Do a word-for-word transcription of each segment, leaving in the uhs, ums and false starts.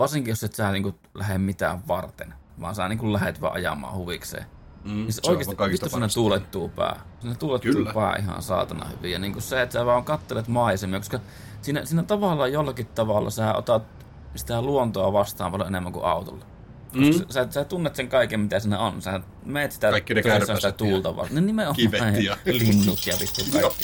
varsinkin jos et sä niinku lähde mitään varten, vaan sä niinku lähet vaan ajamaan huvikseen. Mm, niin se oikeesti, vittu sinne tuulettuu pää. Sinne tuulettuu Kyllä. pää ihan saatana hyvin. Ja niinku se, että sä vaan kattelet maisemia, koska siinä, siinä tavallaan jollakin tavalla sä otat sitä luontoa vastaan paljon enemmän kuin autolla. Koska mm. sä, sä tunnet sen kaiken, mitä siinä on. Sä meet sitä, sitä tuulta vastaan. Ne nimenomaan kivet ja linnut ja vittu kaikki.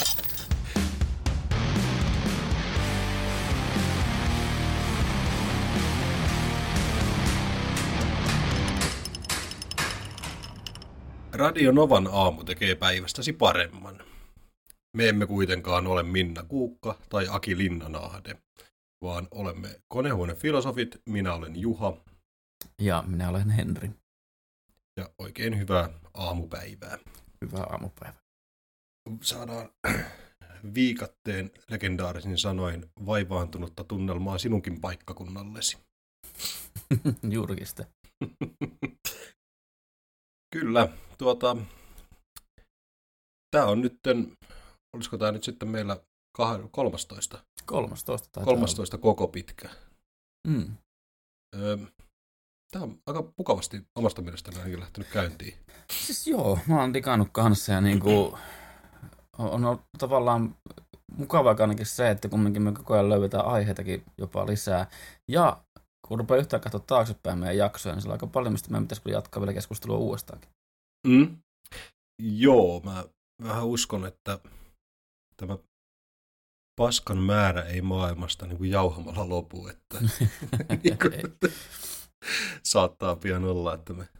Radio Novan aamu tekee päivästäsi paremman. Me emme kuitenkaan ole Minna Kuukka tai Aki Linnanahde, vaan olemme konehuonefilosofit. Minä olen Juha. Ja minä olen Henri. Ja oikein hyvää aamupäivää. Hyvää aamupäivää. Saadaan viikatteen legendaarisin sanoin vaivaantunutta tunnelmaa sinunkin paikkakunnallesi. Juurikin sitä. Kyllä, tuota, tämä on nytten, olisiko tämä nyt sitten meillä kolmastoista? kolmastoista. kolmastoista koko pitkä. Mm. Öö, tämä on aika mukavasti omasta mielestäni ainakin lähtenyt käyntiin. Siis joo, mä oon digannut kanssa ja niinku, on ollut tavallaan mukavaa ainakin se, että kumminkin me koko ajan löydetään aiheitakin jopa lisää. Ja kun rupeaa yhtään katsoa taaksepäin meidän jaksoja, niin sillä on aika paljon, mistä meidän pitäisi jatkaa vielä keskustelua uudestaankin. Mm. Joo, mä vähän uskon, että tämä paskan määrä ei maailmasta niin kuin jauhamalla lopu, että niin kuin, saattaa pian olla, että me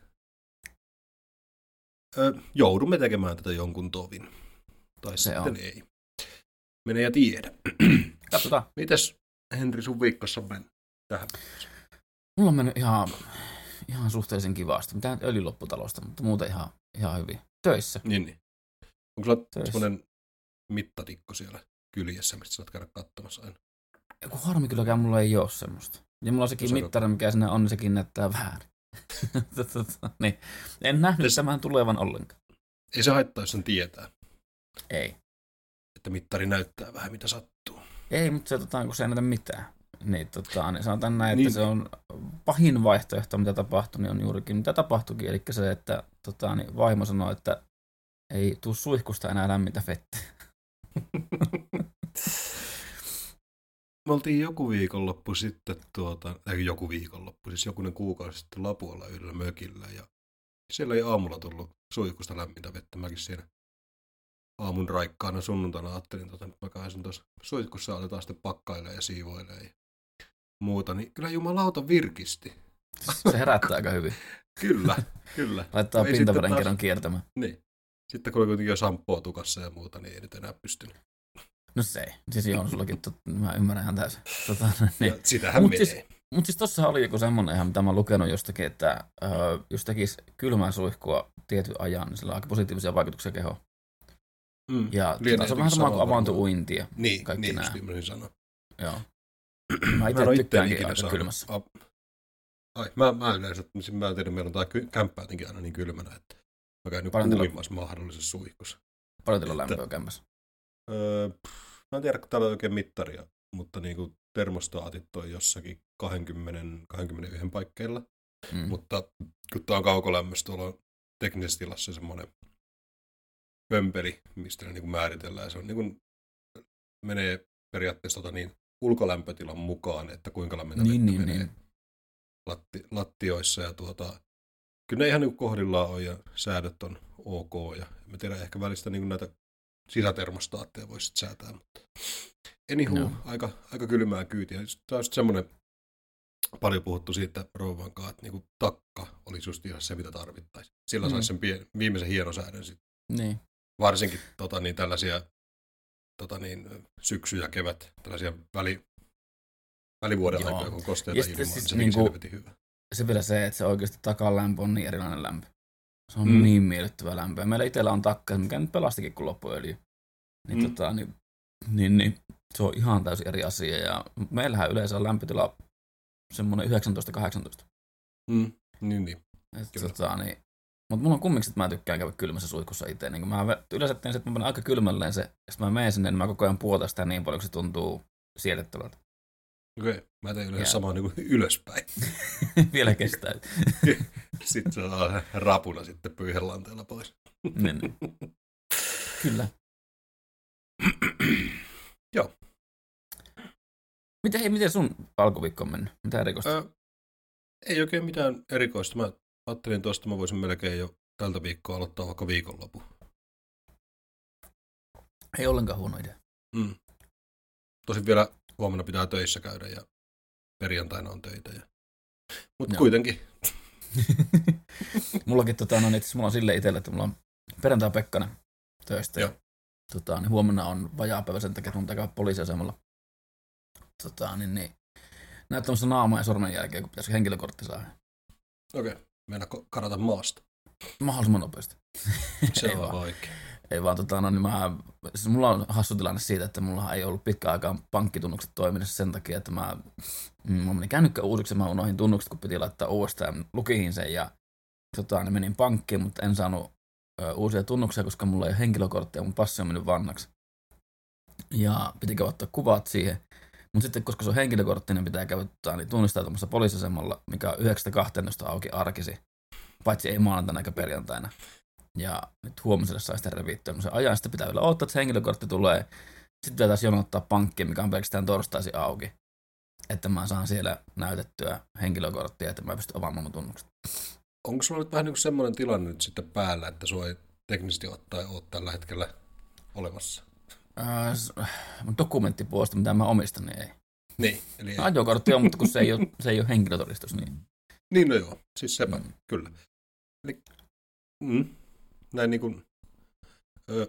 ö, joudumme tekemään tätä jonkun tovin. Tai Se sitten on. ei. Mene ja tiedä. Katsotaan. Mites, Henri, sun viikossa on mennyt tähän? Mulla on mennyt ihan, ihan suhteellisen kivasti. Mitään öljylopputalosta, mutta muuten ihan, ihan hyvin. Töissä. Niin, niin. Onko sulla Töissä. semmoinen mittatikko siellä kyljessä, mistä saat käydä katsomassa aina? Joku harmi kylläkään mulla ei ole semmoista. Ja mulla on sekin Se on mittari, mikä sinne on, niin sekin näyttää väärin. niin. En nähnyt Des... tämän tulevan ollenkaan. Ei se haittaa, jos sen tietää. Ei. Että mittari näyttää vähän, mitä sattuu. Ei, mutta se, tota, kun se ei näytä mitään. Niin, tota, niin sanotaan näin, että niin. se on pahin vaihtoehto, mitä tapahtui, niin on juurikin mitä tapahtuikin. Eli se, että tota, niin vaimo sanoi, että ei tuu suihkusta enää lämmintä vettä. Me oltiin joku viikonloppu sitten, tuota, ei joku viikonloppu, siis jokunen kuukausi sitten Lapualla yhdellä mökillä. Ja siellä ei aamulla tullut suihkusta lämmintä vettä. Mäkin siinä aamun raikkaana sunnuntaina ajattelin, tota, että mä kaisin tuossa suihkussa, aletaan sitten pakkailemaan ja siivoilemaan ja muuta. Niin kyllä jumalauta virkisti. Se herättää aika hyvin. Kyllä, kyllä. Laittaa Ei pintaverenkierron taas... kiertämään. Niin. Sitten kun oli kuitenkin jo shampoo tukassa ja muuta, niin ei nyt enää pystynyt. No se ei. Siis joo, sullakin, tot, mä ymmärrän ihan täysin. Tota, niin. Sitähän mut menee. Siis, mutta siis tossahan oli joku semmoinen ihan, mitä mä oon lukenut jostakin, että öö, jos tekisi kylmää suihkua tietyn ajan, niin sillä on aika positiivisia vaikutuksia kehoon. Mm. Ja tota, se on vähän sama kuin avantouinti ja niin, kaikki niin, nämä. Niin, sanoa. Joo. Mä itse tykkäänkin aika saanut. Kylmässä. A... Ai, mä, mä yleensä, mä en tiedä, meillä on tää ky- kämppää jotenkin aina niin kylmänä, että mä käyn nyt kuulimmassa mahdollisessa suihkussa. Paljon teillä on lämpöä kämpässä? Öö, mä en tiedä, kun täällä on oikein mittaria, mutta niinku termostaatit on jossakin kaksikymmentä kaksikymmentäyksi paikkeilla. Mm. Mutta kun tää on kaukolämmössä, tuolla on teknisessä tilassa semmoinen pömpeli, mistä ne niinku määritellään. Se on niinku, menee periaatteessa tota niin, ulkolämpötilan mukaan, että kuinka lämmintä niin, vettä niin, menee niin. Latti, lattioissa. Ja tuota, kyllä ne ihan niinku kohdillaan on ja säädöt on ok. Ja mä tiedän, ehkä välistä niinku näitä sisätermostaatteja voisi säätää. Mutta anywho, no. aika, aika kylmää kyytiä. Tämä on just semmoinen, paljon puhuttu siitä rouvan kanssa, että niinku takka olisi just ihan se, mitä tarvittaisiin. Sillä mm. saisi sen pien, viimeisen hienosäädön sitten. Niin. Varsinkin tota, niin, tällaisia tota, niin, syksy ja kevät, tällaisia väli, välivuoden Joo. aikoja, kun kosteita ilmaa, siis niin se niin selvästi hyvä. Se vielä se, että se oikeasti takalämpö on niin erilainen lämpö. Se on mm. niin miellyttävä lämpö. Meillä itsellä on takka, mikä nyt pelastikin kuin loppuöljy. Niin, mm. tota, niin, niin, niin, se on ihan täysin eri asia. Ja meillähän yleensä on lämpötila semmoinen yhdeksäntoista kahdeksantoista. Mm. Niin, niin. Tota, niin. Mutta mulla on kummiksi, että mä tykkään käydä kylmässä suihkussa itse. Niin mä yleensä teen se, että mä menen aika kylmälleen se, ja sitten mä menen sinne, niin mä koko ajan puotan sitä niin paljon, kun se tuntuu siedettävältä. Okei, okay. Mä tein yleensä samaa niin kuin ylöspäin. Vielä kestää. Sitten se on rapuna sitten pyyhelanteella pois. niin, niin. Kyllä. Joo. Miten, hei, miten sun alkuviikko on mennyt? Mitä erikoista? Ö, ei oikein mitään erikoista. Mä ajattelin tuosta, mä voisin melkein jo tältä viikkoa aloittaa vaikka viikonloppu. Ei ollenkaan huono idea. Mm. Tosin vielä huomenna pitää töissä käydä ja perjantaina on töitä. Ja... Mutta kuitenkin. Mullakin tota, no, itse mulla on silleen itsellä, että mulla on perjantai Pekkana töistä. Ja, tota, niin huomenna on vajaapäivä sen takia, että mun pitää käydä poliisiasemalla. Tota, niin, niin, näyttämässä naamaa ja sormenjälkeä, kun pitäisi henkilökortti saada. Okei, okay. Mennä karata maasta. Mahdollisimman nopeasti. Se on oikein. Ei vaan, tota, no, niin mä, siis mulla on hassu tilanne siitä, että mulla ei ollut pitkään aikaan pankkitunnukset toiminnassa sen takia, että mä, mä menin kännykkä uusiksi ja mä unohdin tunnukset, kun piti laittaa uudestaan, lukihin sen ja tota, niin menin pankkiin, mutta en saanut ö, uusia tunnuksia, koska mulla ei ole henkilökorttia, mun passi on mennyt vannaksi. Ja pitikö ottaa kuvat siihen. Mutta sitten, koska se on henkilökortti, niin pitää käydä niin tunnistautumassa poliisiasemalla, mikä on yhdeksästä kahteentoista auki arkisi, paitsi ei maanantaina eikä perjantaina. Ja nyt huomiselle saa sitten revittyä se ajan, sitten pitää vielä odottaa, että se henkilökortti tulee. Sitten pitää taas jonottaa pankkiin, mikä on pelkästään torstaisin auki, että mä saan siellä näytettyä henkilökorttia, että mä pystyn avaamaan mun tunnukset. Onko sulla nyt vähän niin kuin semmoinen tilanne nyt sitten päällä, että sua ei teknisesti ottaen ole tällä hetkellä olemassa? Äh, mun dokumenttipuolesta, mitä mä omistan, niin ei. Niin, eli ei. Ajokortti on, mutta kun se ei ole, se ei ole henkilötodistus, niin... Niin, no joo, siis sepä, Mm. kyllä. Eli, mm, näin niin kuin, öö,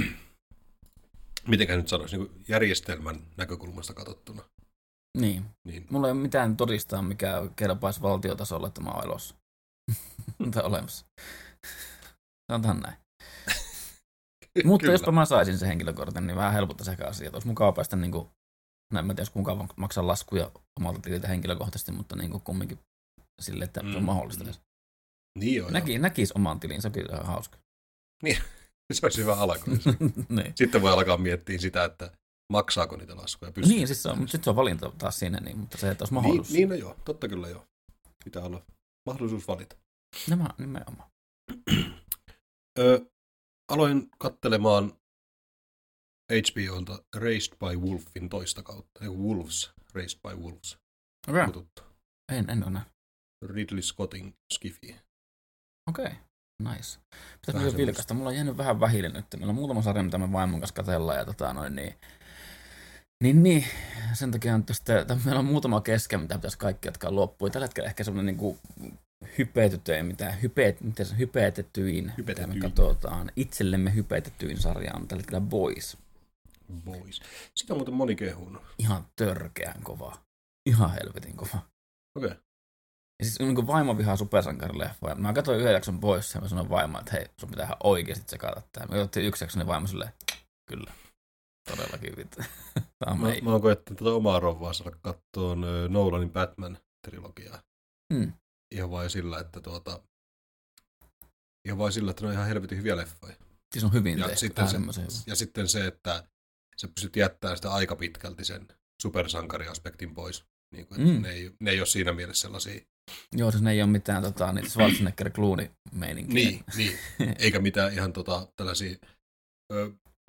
mitenkä nyt sanoisi, niin kuin järjestelmän näkökulmasta katsottuna. Niin. Niin. Mulla ei ole mitään todistaa, mikä kelpaisi valtiotasolla, että mä oon elossa. Mutta olemassa. Sanotaan näin. Mutta Kyllä. jospa mä saisin sen henkilökortin, niin vähän helpottaisi ehkä asiat. Olisi mukava päästä, niin kuin, en tiedä, kuinka maksaa laskuja omalta tililtä henkilökohtaisesti, mutta niin kuin kumminkin sille, että mm. se on mahdollista. Niin joo, Näki, näkisi oman tilin, se on kyllä hauska. Niin, se olisi hyvä alku. niin. Sitten voi alkaa miettiä sitä, että maksaako niitä laskuja. Niin, siis se on, mutta sitten se on valinta taas siinä, niin, mutta se, että olisi mahdollisuus. Niin, niin no joo, totta kyllä joo. Pitää olla mahdollisuus valita. Nämä nimenomaan. Ö, aloin katselemaan H B O:lta Raised by Wolfin toista kautta. Ei, Wolves, Raised by Wolves. Okei. Okay. En, en ole näin. Ridley Scottin skifi. Okei, okay. Nice. Pitäisi vielä vilkasta. Mulla on jäänyt vähän vähille nyt. Meillä on muutama sarja, mitä me vaimon kanssa katsellaan. Ja tota, noin, niin, niin, niin, sen takia on tästä, meillä on muutama kesken, mitä pitäisi kaikki jatkaa loppuun. Tällä hetkellä ehkä semmoinen niin hypeetytyin, mitä, hypeet, mitä se hypeetetyin, mitä me katsotaan. Itsellemme hypeetetyin sarja on tällä hetkellä Boys. Boys. Sitä on muuten moni kehunut. Ihan törkeän kova. Ihan helvetin kova. Okei. Okay. Ja siis niin kuin vaimo vihaa supersankarileffoja. Mä katsoin yhden jakson Boys ja mä sanoin vaimoa, että hei, sun pitää ihan oikeasti tsekata tää. Me katsottiin yksi jakson ja vaimo silleen, kyllä. Todellakin vittu. Tää on mä, mä oon koettanut tätä omaa rovaa saada kattoon Nolanin Batman-trilogiaa. Hmm. Ihan vain sillä, että tuota... Ihan vain sillä, että ne on ihan helvetin hyviä leffoja. Siis on hyvin ja tehty. Sitten se, ja sitten se, että sä pystyt jättämään sitä aika pitkälti sen supersankariaspektin pois. Niin kuin, mm. ne, ei, ne ei ole siinä mielessä sellaisia... Joo, siis ne ei ole mitään tota, niitä Schwarzenegger-Clooney-meininkiä. Niin, niin. Eikä mitään ihan tota, tällaisia ö,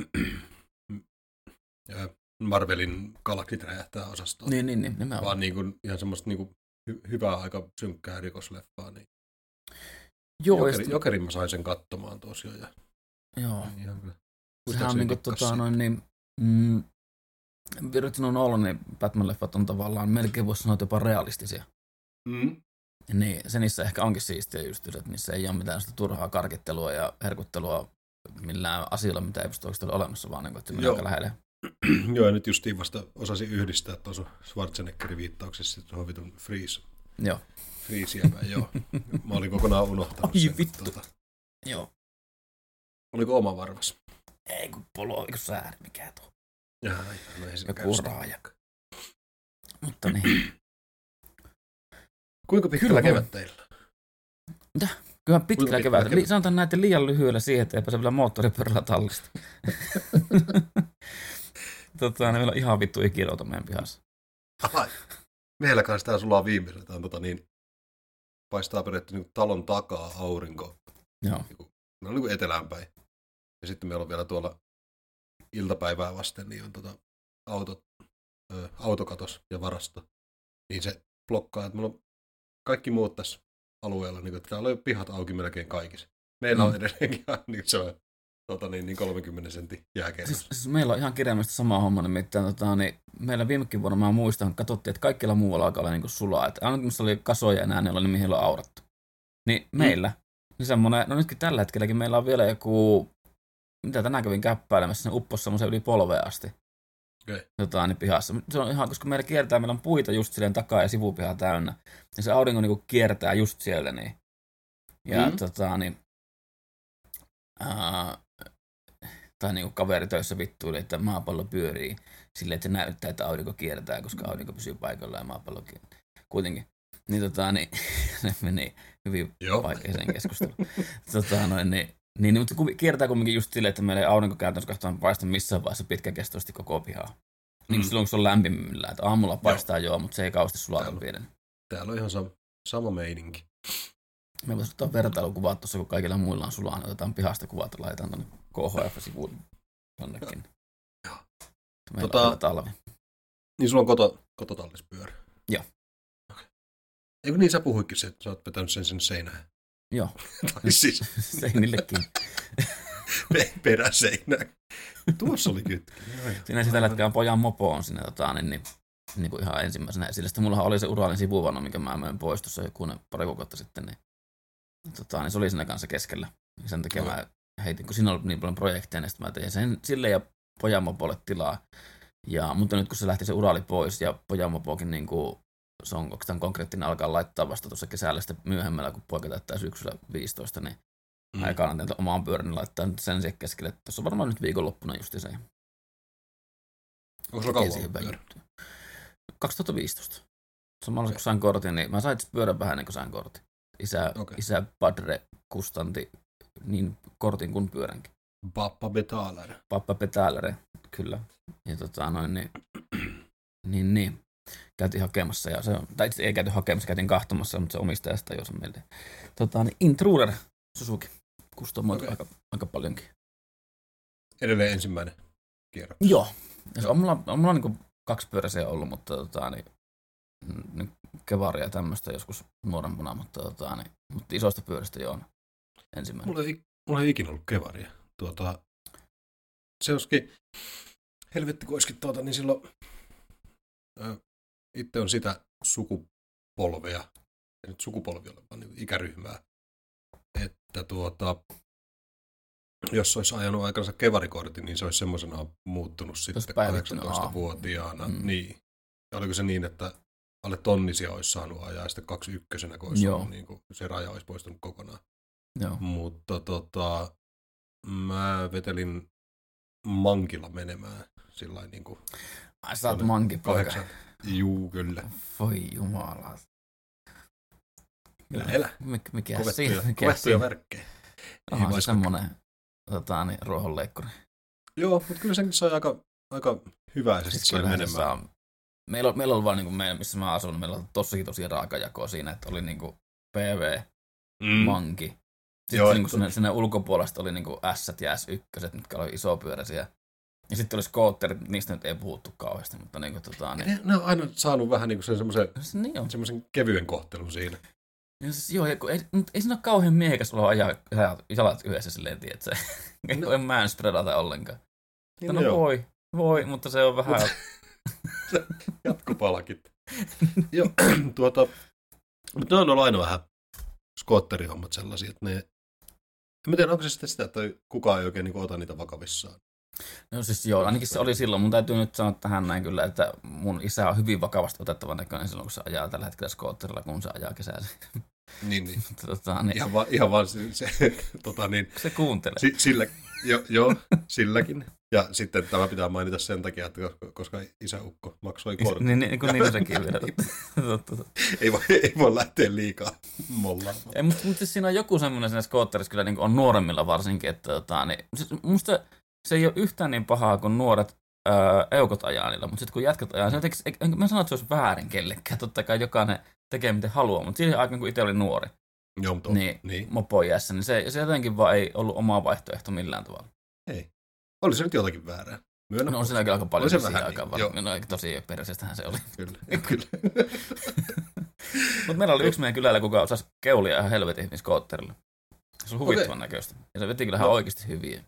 Marvelin galaktit räjähtää osastoa. Niin, niin, niin. Nimenomaan. Vaan niin kuin, ihan semmoista niin kuin, hy- hyvää, aika synkkää rikosleffaa. Niin. Joo, Jokeri, sitten... Jokerin mä sain sen katsomaan tosiaan. Ja... Joo. Ihan kyllä. Sehän on niin kuin, tota, noin, niin, mm, Virgin on ollut, niin Batman-leffat on tavallaan melkein voisi sanoa jopa realistisia. Mm. Niin, se niissä ehkä onkin siistiä just, että niissä ei ole mitään sitä turhaa karkittelua ja herkuttelua millään asioilla, mitä ei pysty oikeastaan olemassa, vaan niin kuin, että se menee aika lähelle. Joo, ja nyt justiin vasta osasin yhdistää tuossa Schwarzeneggerin viittauksessa hovitun Freeze. Joo. Freeze-jämä, joo. Mä olin kokonaan unohtanut Ai, sen. vittu. Tuota. Joo. Oliko oma varvas? Ei kun polo, eikö sääri, mikä tuo? Jaa, no ei se joku raaja. Mutta niin. Kuinka pitkällä kevät teillä? Mitä? Kyllä pitkällä kevät. Li- sanotaan näitä liian lyhyellä siihen, että ei pääse vielä moottoripyörällä tallista. tota, ne vielä on ihan vittu ikirouta meidän pihassa. Ai. meillä kanssa tää sulaa viimeisellä. Tää on tota niin, paistaa periaatteessa niin talon takaa aurinko. Joo. Niin, no niin kuin etelään päin. Ja sitten meillä on vielä tuolla iltapäivää vasten, niin on tota auto, ö, autokatos ja varasto. Niin se blokkaa, että meillä on kaikki muut tässä alueella, niin että täällä on pihat auki melkein kaikissa. Meillä mm. on edelleenkin niin se on tota, niin, niin kolmekymmentä sentin jääkerros. Siis, siis meillä on ihan kirjaimellisesti sama homma, nimittäin tota, niin meillä viimekin vuonna mä muistan, katsottiin, että kaikilla muualla alkaa olla niin kuin sulaa. Että aina missä oli kasoja enää, niin oli mihin on aurattu. Niin meillä, mm. niin semmoinen, no nytkin tällä hetkelläkin meillä on vielä joku, mitä tänään kävin käppäilemässä, se upposi semmoisen yli polveen asti. Okay. Tota, niin pihassa. Se on ihan, koska meillä kiertää, meillä on puita just silleen takaa ja sivupiha täynnä. Ja se aurinko niinku kiertää just siellä niin. Ja mm. tota niin, ää, tai niinku kaveri töissä vittuili, että maapallo pyörii silleen, että se näyttää, että aurinko kiertää, koska aurinko pysyy paikalla ja maapallo kuitenkin. Niin tota niin, se meni hyvin vaikeaseen keskusteluun. tota noin niin. Niin, mutta kiertää kumminkin just silleen, että meillä ei aurinko käytännössä kahtaan paista missään vaiheessa pitkäkestoisesti koko pihaa. Niin mm. silloin, kun se on lämpimimmillään. Että aamulla paistaa joo, joo mutta se ei kauheasti sulata vielä. Täällä on ihan sama, sama meininki. Me voisi ottaa vertailukuvat tuossa, kun kaikilla muilla on sulaa, niin otetaan pihasta kuvat ja laitetaan tuonne K H F-sivuille jonnekin. Joo. Meillä tota, on talvi. Niin sulla on koto, kototallispyörä? Joo. Okay. Eikö niin sä puhuikin se, että sä oot vetänyt sen sinne seinään? Joo. Tai siis seinillekin. Peräseinään. Tuossa oli kytki. Siinä sitä lätkää pojan mopo on siinä tota, niin, niin, niin kuin ihan ensimmäisenä esille. Sitten mullahan oli se Uralin sivuvano, minkä mä möin pois tuossa joku pari kuukautta sitten. Niin, tota, niin se oli siinä kanssa keskellä. Sen takia no. mä heitin, kun siinä oli niin paljon projekteja, niin sitten mä tein sen sille ja pojan mopolle tilaa. Ja, mutta nyt kun se lähti se Urali pois ja pojan mopokin niin kuin se on oikeastaan konkreettinen alkaa laittaa vasta tuossa kesällä sitten myöhemmällä, kun poika täyttää syksyllä viisitoista, niin mm. aikaan teiltä omaan pyörän niin laittaa nyt sen siihen keskelle. Tuossa on varmaan nyt viikonloppuna justi se. Onko sulla kauan ollut pyörä? kaksituhattaviisitoista. Samalla okay. kun sain kortin, niin mä sain pyörän vähän ennen kuin sain kortin. Isä, okay. isä Padre kustanti niin kortin kuin pyöränkin. Pappa Betaler. Pappa Betaler, kyllä. Ja tota noin, niin, niin, niin. Käytiin hakemassa, ja se on, tai itse ei käyty hakemassa, käytiin kahtomassa, mutta se omistajasta jo se meille. Tota, niin Intruder Suzuki, kustomoitu okay. aika, aika paljonkin. Edelleen ensimmäinen kierros. Joo, ja se on mulla, on mulla niin kaksi pyöräisiä ollut, mutta tota, niin, niin, kevaria ja tämmöistä joskus nuorempana, mutta, tota, niin, mutta isoista pyöristä joo ensimmäinen. Mulla ei, mulla ei ikinä ollut kevaria. Tuota, se olisikin, helvetti kun olisikin tuota, niin silloin ö, itse on sitä sukupolvea, ei nyt sukupolvi ole, vaan niin ikäryhmää, että tuota, jos olisi ajanut aikansa kevarikortin, niin se olisi semmoisena muuttunut sitten kahdeksantoistavuotiaana. Mm. Niin. Ja oliko se niin, että alle tonnisia olisi saanut ajaa, ja sitten kaksikymmentä kun olisi ollut, niin kuin, se raja olisi poistunut kokonaan. Joo. Mutta tota, mä vetelin mankilla menemään sillain niin kuin... Ai sä oot mankipoika. Juu, kyllä. Voi jumala. Lähellä. Mik, mikä kovettuja, siinä? Mikä kovettuja värkkejä. Onhan se semmoinen tota, niin, ruohonleikkuri. Joo, mutta kyllä senkin sai aika, aika hyväisesti siis sai menemään. Saa. Meillä on, meillä on vaan, niin kuin me, missä mä asun, meillä on tossakin tosi raakajakoa siinä, että oli niin kuin P V, mm. manki. Sitten Joo, niin sinne, sinne ulkopuolesta oli niin kuin S ja S yksi, mitkä oli isopyöräisiä. Ja sitten oli skootterit, niistä nyt ei puhuttu kauheasti, mutta niin kuin tota... Niin... Ne, ne on aina saanut vähän niin kuin sen semmoisen, niin semmoisen kevyen kohtelun siinä. Ja siis, joo, ja ei, ei siinä ole kauhean miehekäs olla ajaa jalat yhdessä silleen, tiedätkö? Ei no. mä en spredata ollenkaan. Niin, no, no voi, voi, mutta se on vähän... Jatkopalkit. Joo, tuota... Mutta ne on ollut aina vähän skootterihommat sellaisia, että ne... En tiedä, onko se sitten sitä, että kukaan ei oikein niin ota niitä vakavissaan. No siis joo, ainakin se oli silloin. Mun täytyy nyt sanoa tähän näin kyllä, että mun isä on hyvin vakavasti otettavan näköinen silloin, kun se ajaa tällä hetkellä skootterilla, kun se ajaa kesällä. Niin, niin. tota, niin. Ihan, va, ihan vaan se, se, tota, niin, se kuuntelee. Si, sillä, jo, joo, silläkin. Ja sitten tämä pitää mainita sen takia, että koska isäukko maksoi kortin. Niin, niin, niin sekin vielä. ei, voi, ei voi lähteä liikaa mollaamaan. Ei, mutta, mutta siinä on joku semmoinen siinä skootterissa kyllä niin on nuoremmilla varsinkin, että tota, niin, musta se ei ole yhtään niin pahaa, kun nuoret öö, eukot ajaa niillä, mutta sitten kun jätkät ajaa, se jotenkin, en, mä sano, että se olisi väärin kellekään, totta kai jokainen tekee miten haluaa, mutta siihen aikaan, kun itse oli nuori, Joo, mutta niin, niin. mopoiässä, niin se, se jotenkin vaan ei ollut oma vaihtoehto millään tavalla. Ei. Oli se nyt jotakin väärää. Myönnä. No on siinä kyllä aika paljon siihen aikaan. Niin, no, tosi perseestähän se oli. Kyllä, kyllä. Mutta meillä oli yksi meidän kylällä, kuka osasi keulia ihan helvetin hyvin skootterilla. Se on huvittavan okay. näköistä. Ja se veti kyllä ihan no. oikeasti hyviä.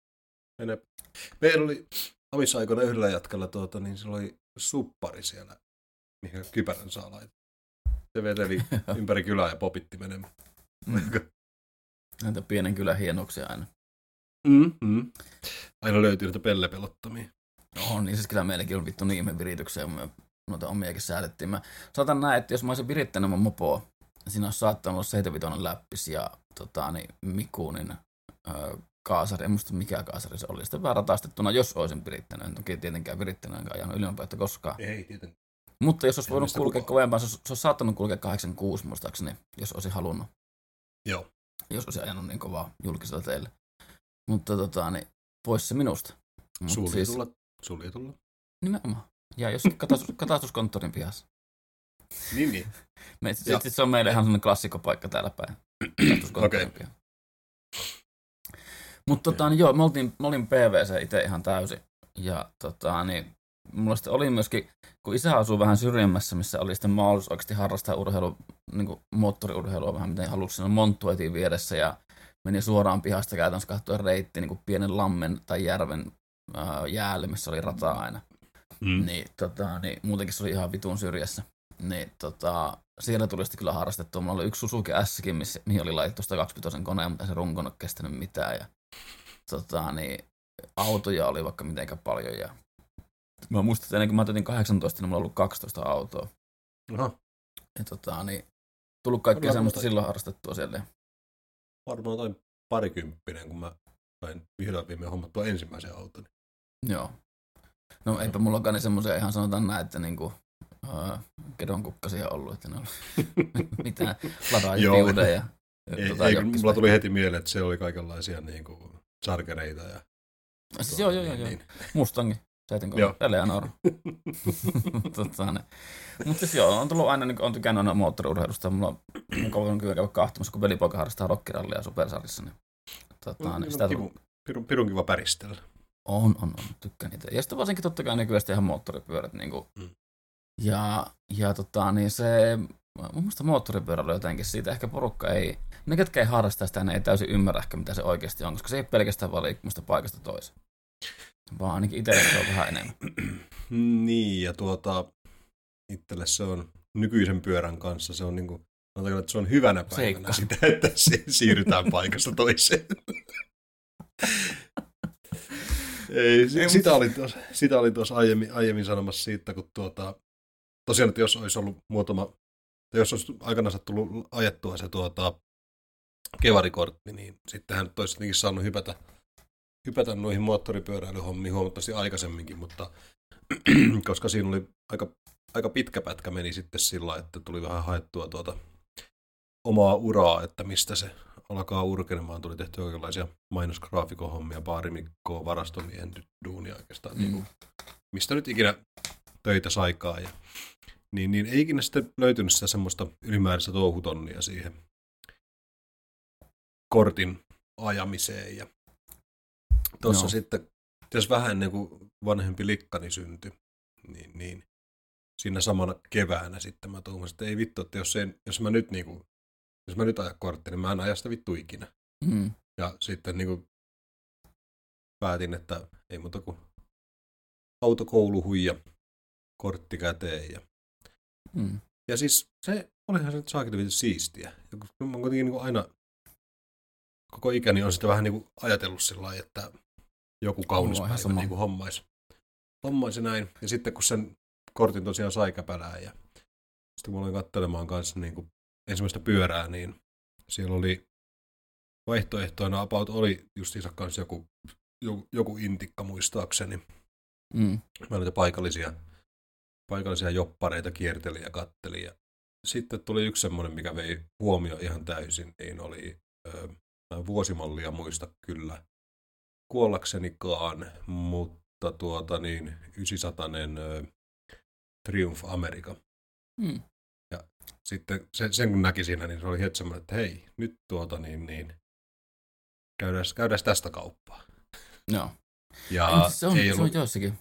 Meillä oli omissa aikoina yhdellä jatkalla, tuota, niin se oli suppari siellä, mihin kypärän saa laittaa. Se veteli ympäri kylää ja popitti menemään. Mm. Näitä pienen kylän hienoksia aina. Mm, mm. Aina löytyy niitä pellepelottomia. No niin, siis kyllä meilläkin on vittu niin virityksiä, me noita omiakin säädettiin. Mä saatan näin, että jos mä olisin virittänyt mun mopoa, siinä olisi saattanut olla seitsemänvitoinen läppis ja tota, niin, Mikunin ö, kaasari, en muista mikä kaasari se oli. Sitten vähän ratastettuna, jos olisin virittänyt. En toki tietenkään virittänyt, enkä ajanut ylimpäätä koskaan. Ei tietenkään. Mutta jos olisi voinut kulkea kovempaa, se olisi, se olisi saattanut kulkea kahdeksankymmentäkuusi muistaakseni, jos olisi halunnut. Joo. Jos olisi ajanut niin kovaa julkisella teille. Mutta tota, niin, pois se minusta. Suljetulla. Siis, suljetulla. Nimenomaan. Ja jos katastuskonttorin pihassa. Niin, niin. Me, sit, sit se on meille ihan sellainen klassikopaikka täällä päin. Katastuskonttorin okay. pihassa. Mutta okay. tota, niin, joo, me, oltiin, me olin P V C itse ihan täysin. Ja tota, niin, mulla sitten oli myöskin, kun isä asuu vähän syrjemmässä, missä oli sitten mahdollisuus oikeasti harrastaa urheilu, niin kuin moottoriurheilua vähän, miten halusi. Siinä monttu etiin vieressä ja meni suoraan pihasta käytännössä katsoen reitti niin kuin pienen lammen tai järven ää, jäälle, missä oli rata aina. Mm. Niin, tota, niin, muutenkin se oli ihan vitun syrjässä. Niin, tota, siellä tuli sitten kyllä harrastettua. Mulla oli yksi Suzuki Skin, missä, mihin oli laitettu sitä kaksipitoisen koneen, mutta se runkon ole kestänyt mitään. Ja, tota, niin, autoja oli vaikka mitenkään paljon. Ja mä muistan, että ennen kuin mä täytin kahdeksantoista, niin mulla on ollut kaksitoista autoa. Aha. Ja tota, niin, tullut kaikkea semmoista silloin harrastettua siellä. Varmaan toin parikymppinen, kun mä sain vihdoin viimein hommattua ensimmäisen auton. Joo. No eipä mullakaan niin semmoisia ihan sanotaan näin, että niinku uh, kedon kukkasia ollut, että ne on mitään ladaajatiudeja. Ei, tota, ei mulla tuli heti mieleen, että se oli kaikenlaisia niinku chargereita ja... Siis joo, joo, joo, joo. Niin. Mustangi. Seitenkolme. Eleanor. tota, mutta siis joo, on tullut aina, niin on tykännyt aina moottoriurheilusta. Mulla on koulun kyllä käydä kahtumassa, kun velipoika harrastaa rockirallia ja supersarjissa. Niin, tota, on, niin sitä pirun, pirun, pirun kiva päristellä. On, on, on. Tykkään niitä. Ja sitten varsinkin totta kai nykyään ihan moottoripyörät. Niin kuin, mm. Ja, ja tota, niin se, mun mielestä moottoripyörällä jotenkin siitä ehkä porukka ei, ne ketkä ei harrasta sitä, ne ei täysin ymmärrä ehkä mitä se oikeasti on, koska se ei pelkästään vaan liikkumista paikasta toiseen. Vaan ainakin itselle se on vähän enemmän. Niin, ja tuota, itselle se on nykyisen pyörän kanssa, se on niin kuin, että se on hyvänä päivänä sitä, että siirrytään paikasta toiseen. Ei, Ei, sitä, oli tuossa, sitä oli tuossa aiemmin, aiemmin sanomassa siitä, kun tuota, tosiaan, että jos olisi ollut muutama, tai jos olisi aikanaan tullut ajettua se tuota, kevarikortti, niin sittenhän nyt olisi jotenkin saanut hypätä, hypätä noihin moottoripyöräilyhommiin huomattavasti aikaisemminkin, mutta koska siinä oli aika, aika pitkä pätkä meni sitten sillä, että tuli vähän haettua tuota omaa uraa, että mistä se alkaa urkenemaan. Tuli tehty oikeanlaisia mainosgraafikohommia, baarimikkoa, varastomiehen duunia oikeastaan, mm. niin kuin, mistä nyt ikinä töitä saikaan. Ja, niin, niin ei ikinä sitten löytynyt sitä semmoista ylimääräistä touhutonnia siihen kortin ajamiseen. Ja tuossa no. sitten, jos vähän ennen kuin vanhempi likkani syntyi, niin, niin siinä samana keväänä sitten mä tuumasin, että ei vittu, että jos, en, jos mä nyt niin kuin, jos mä nyt ajan kortti, niin mä en aja sitä vittu ikinä. Mm. Ja sitten niin kuin päätin, että ei muuta kuin autokouluhuija, kortti käteen. Ja, mm. ja siis se olihan se nyt saakin vittu siistiä. Ja kun mä oon kuitenkin niin kuin aina koko ikäni on sitä vähän niin kuin ajatellut sillä lailla, että joku kaunis oh, päivä niin kuin hommaisi. hommaisi näin. Ja sitten kun sen kortin tosiaan sai käpälää ja sitten kun mä olin katselemaan kanssa niin kuin ensimmäistä pyörää, niin siellä oli vaihtoehtoina about oli justiinsa kanssa joku, joku, joku intikka muistaakseni. Mm. Mä niitä paikallisia, paikallisia joppareita kierteli ja katteli. Ja sitten tuli yksi semmoinen, mikä vei huomio ihan täysin, niin oli ö, vuosimallia muista kyllä kuollaksenikaan, mutta mutta tuota niin, yhdeksänsataa ö, Triumph America. Mm. Ja sitten sen, sen kun näki siinä, niin se oli heti semmoinen, että hei, nyt tuota niin, niin käydään, käydään tästä kauppaa. Joo. Ja se on, ei se ollut, on joissakin.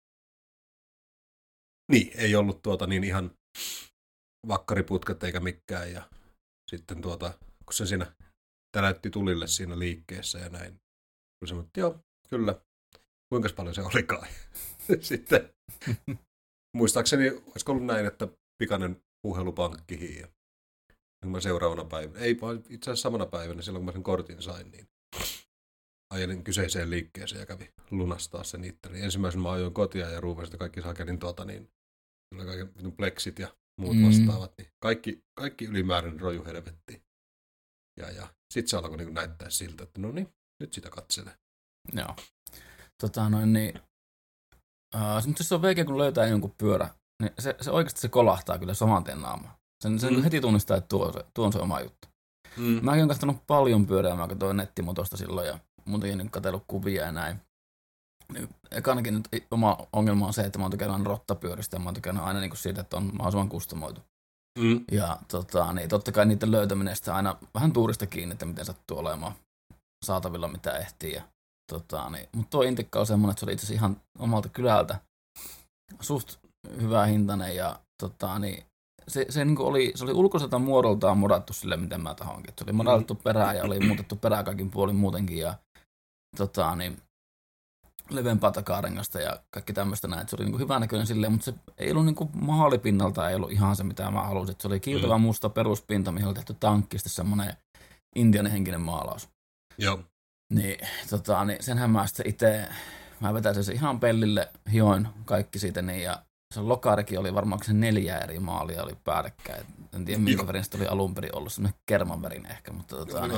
Niin, ei ollut tuota niin ihan vakkariputket eikä mikään. Ja sitten tuota, kun se siinä täräytti tulille siinä liikkeessä ja näin. Oli semmoinen, että joo, kyllä. Kuinka paljon se olikaan? Sitten muistaakseni, olisiko ollut näin, että pikainen puhelu pankkiin. Ja kun mä seuraavana päivänä, ei vaan itse asiassa samana päivänä, silloin kun mä sen kortin sain, niin ajelin kyseiseen liikkeeseen ja kävi lunastaa sen itse. Niin ensimmäisenä mä ajoin kotia ja ruuvasin kaikki hakelin tuota niin, kaikki pleksit ja muut vastaavat. Niin kaikki, kaikki ylimääräinen roju helvettiin. Ja, ja sitten se alkoi niin näyttää siltä, että no niin, nyt sitä katselee. Joo. Tota noin niin, uh, mutta se on veikeä, kun löytää jonkun pyörä, niin se, se oikeasti se kolahtaa kyllä saman tien naamaan. Sen, sen mm. heti tunnistaa, että tuo, tuo on se oma juttu. Mm. Mäkin olen katsonut paljon pyörää, mä katsoin nettimotosta silloin ja muutenkin nyt katsellut kuvia ja näin. Ekanakin nyt oma ongelma on se, että mä oon tykännyt aina rottapyöristä ja mä oon tykännyt aina niin siitä, että on mahdollisimman kustomoitu. Mm. Ja tota, niin totta kai niiden löytäminen sitten aina vähän tuurista kiinni, että miten sattuu olemaan saatavilla, mitä ehtii. Ja, tota, niin. Mutta tuo Intikka on semmoinen, että se oli itse asiassa ihan omalta kylältä suht hyvä hintainen ja tota, niin, se, se, niin oli, se oli ulkoiselta muodoltaan modattu sille, miten mä tahonkin. Se oli modattu mm. perää ja oli muutettu perää kaikin puolin muutenkin ja tota, niin, leveämpää takarengasta ja kaikki tämmöistä näin. Se oli niin hyvän näköinen silleen, mutta se ei ollut niin maalipinnalta, ei ollut ihan se, mitä mä halusin. Se oli kiiltävä mm. musta peruspinta, mihin oli tehty tankki, sitten semmoinen indianehenkinen maalaus. Joo. Niin, tota, niin senhän mä sitten itse, mä vetäisin se ihan pellille, hioin kaikki siitä niin, ja se lokarikin oli varmaan se neljä eri maalia oli päällekkäin. En tiedä, minkä värin sitten oli alun perin ollut, semmoinen kermanvärin ehkä, mutta tota, oli, niin,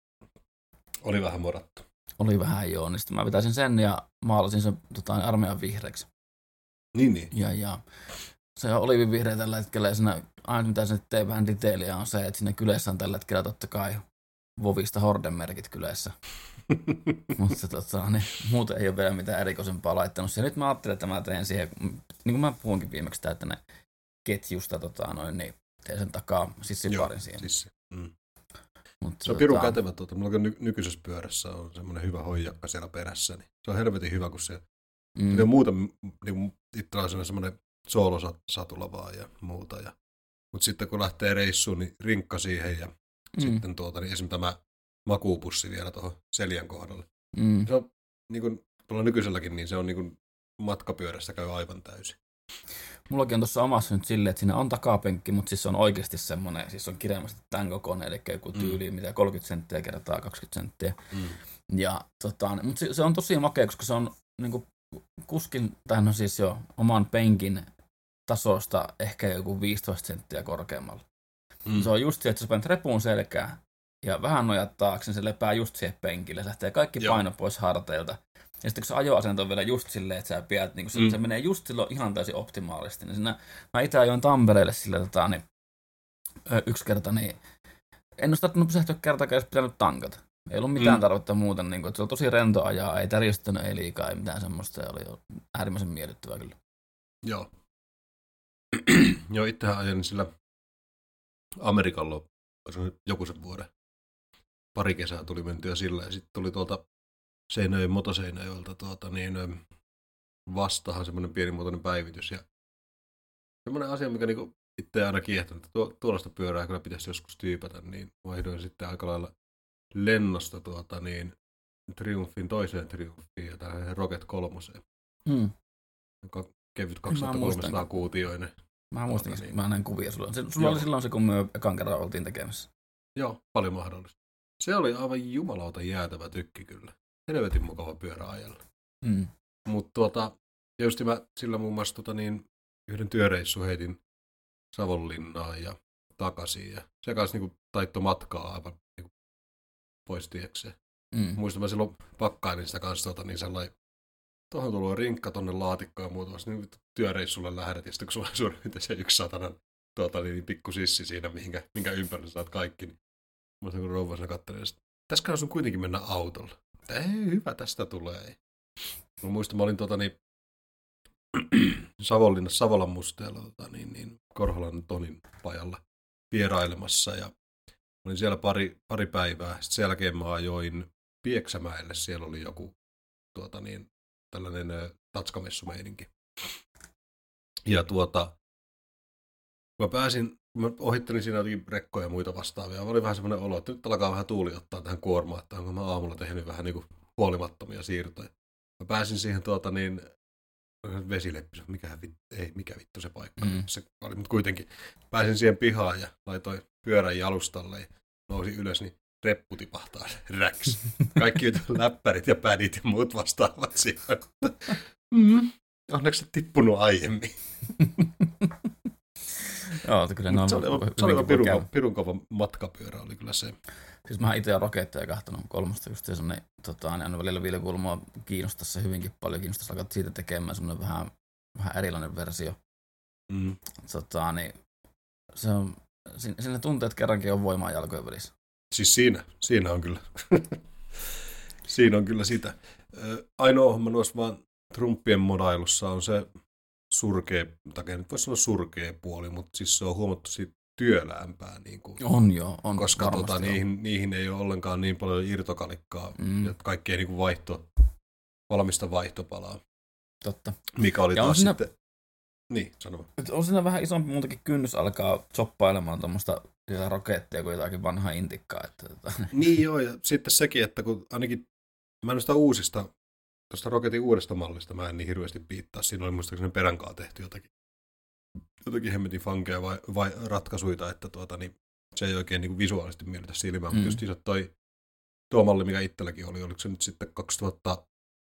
oli vähän modattu. Oli vähän joo, niin sitten mä vetäisin sen ja maalasin sen tota, armeijan vihreäksi. Niin, niin. Ja, ja se on olivivihreä tällä hetkellä ja siinä, aina mitä se nyt tee vähän detailia on se, että siinä kylässä on tällä hetkellä totta kai Vovista Horden-merkit kylässä. Mutta tota, niin, muuten ei ole vielä mitään erikoisempaa laittanut. Ja nyt mä ajattelin, että mä teen siihen, niin kuin mä puhunkin viimeksi, että ne ketjusta tota, noin, niin teen sen takaa sissiparin siihen. Sissi. Mm. Mut, se on pirun tota... kätevä. Tuota. Mulla ny- nykyisessä pyörässä on semmoinen hyvä hoijakka siellä perässä. Niin se on helvetin hyvä, kun se mm. on muuta, niin itsellä on semmoinen soolosatula vaan ja muuta. Ja, mutta sitten kun lähtee reissuun, niin rinkka siihen ja mm. sitten tuota, niin esimerkiksi tämä makuupussi vielä tuohon seljän kohdalle. Mm. Se on niin kuin tuolla nykyiselläkin, niin se on niin kuin matkapyörässä käy aivan täysin. Mullakin on tuossa omassa nyt silleen, että siinä on takapenkki, mutta siis on oikeasti semmoinen, siis on kirjaimasti tämän kokoinen, eli joku tyyli, mm. mitä kolmekymmentä senttiä kertaa kaksikymmentä senttiä. Mm. Ja tota, mutta se, se on tosi makea, koska se on niin kuin kuskin, tai no siis jo oman penkin tasosta ehkä joku viisitoista senttiä korkeammalla. Mm. Se on just se, että sä painat repuun selkää ja vähän nojat taakse, niin se lepää just siihen penkille. Se lähtee kaikki Joo. paino pois harteilta. Ja sitten kun se ajoasento on vielä just silleen, että sä pidät, niin se, mm. se menee just silloin ihan täysin optimaalisesti. Niin siinä, mä itse ajoin Tampereelle sille tota, niin, yksi kerta, niin en ole starttanut pysähtyä kertaakaan, jos pitänyt tankata. Ei ollut mitään mm. tarvetta muuta. Niin kuin, se oli tosi rento ajaa, ei tärjestänyt, ei liikaa, ei mitään semmoista. Ja oli äärimmäisen miellyttävää kyllä. Joo. Joo, itsehän ajan sillä Amerikalla joku sen vuoden. Pari kesää tuli mentyä sillä ja sitten tuli tuolta Seinäjoen motoseinäjoelta tuota, niin, vastahan semmoinen pienimuotoinen päivitys. Ja semmoinen asia, mikä niinku itse aina kiehtonut, että tuo, tuollaista pyörää kyllä pitäisi joskus tyypätä, niin vaihdoin sitten aika lailla lennosta tuota, niin, Triumphin toiseen Triumphiin ja tähän Rocket kolmoseen. Hmm. Joka kevyt kaksituhattakolmesataa kuutioinen. Mä muistin, niin. Mä näin kuvia sulla. Se, sulla oli silloin se, kun me ekan kerran oltiin tekemässä. Joo, paljon mahdollista. Se oli aivan jumalauta jäätävä tykki kyllä. Helvetin mukava pyörä ajalla. Mm. Mutta tuota, tietysti mä sillä muun muassa tota, niin, yhden työreissun heitin Savonlinnaan ja takaisin. Ja se kanssa niin taitto matkaa aivan niin pois tiekseen. Mm. Muistan mä silloin pakkailin sitä kanssa tota, niin sellainen, tuohon tullut rinkka tonne laatikkoon ja muuta, niin työreissulle lähdet, ja sitten kun sulla on suurin piirtein se yksi satanan tuota, niin, pikku sissi siinä, minkä, minkä ympärillä saat kaikki, niin muistan kun rouvasena katselin, että tässäkään sun kuitenkin mennä autolla. Ei, hyvä, tästä tulee. Mä muistan, mä olin tota, niin, Savonlinnassa Savolan musteella tota, niin, niin, Korholan Tonin pajalla vierailemassa ja olin siellä pari, pari päivää. Sitten sen jälkeen mä ajoin Pieksämäelle. Siellä oli joku tuota, niin, tällainen ö, tatsamessumeininki. Ja tuota, mä pääsin, mä ohittelin siinä jotenkin rekkoja ja muita vastaavia. Oli vähän semmoinen olo, että nyt alkaa vähän tuuli ottaa tähän kuormaan, että onko mä aamulla tehnyt vähän niin kuin huolimattomia siirtoja. Mä pääsin siihen tuota niin, vesileppi, mikä vittu, ei, mikä vittu se paikka. Mm. Se oli, mutta kuitenkin pääsin siihen pihaan ja laitoin pyörän jalustalle ja nousin ylös, niin reppu tipahtaa räks. Kaikki läppärit ja pädit ja muut vastaavat siihen. Mm. Onneksi se tippunut aiemmin. Joo, kyllä ne on se oli, se oli pirun, kova, pirun kova matkapyörä, oli kyllä se. Siis mä itse olen roketteja kahtanut kolmasta, just semmoinen, tota, niin aina välillä vilkulmaa kiinnostaa se hyvinkin paljon, kiinnostaa alkaa siitä tekemään semmoinen vähän, vähän erilainen versio. Mm. Tota, niin, se on, siinä tuntee, että kerrankin on voimaa jalkojen välissä. Siis siinä, siinä on kyllä, siinä on kyllä sitä. Ainoa homma noissa vaan Trumpien modailussa on se surkea, tai nyt voisi sanoa surkea puoli, mutta siis se on huomattavasti työläämpää. Niin kuin, on joo, on koska tota, niihin, niihin ei ole ollenkaan niin paljon irtokalikkaa, mm. ja kaikkea niin kuin vaihto, valmista vaihtopalaa. Totta. Mikä oli ja taas siinä, sitten, niin sano. On siinä vähän isompi muutakin kynnys alkaa choppailemaan tuommoista rokettia kuin jotakin vanhaa intikkaa. Että, tota. Niin joo, ja sitten sekin, että kun ainakin, mä en sitä uusista, tuosta roketin uudesta mallista mä en niin hirveästi piittaa. Siinä oli muistaakseni peränkaan tehty jotakin, jotakin hemmetin fankeja vai, vai ratkaisuita, että tuota, niin se ei oikein niin kuin visuaalisesti miellytä silmään. Mm. Mutta just isot toi, tuo malli, mikä itselläkin oli, oliko se nyt sitten kaksituhatta,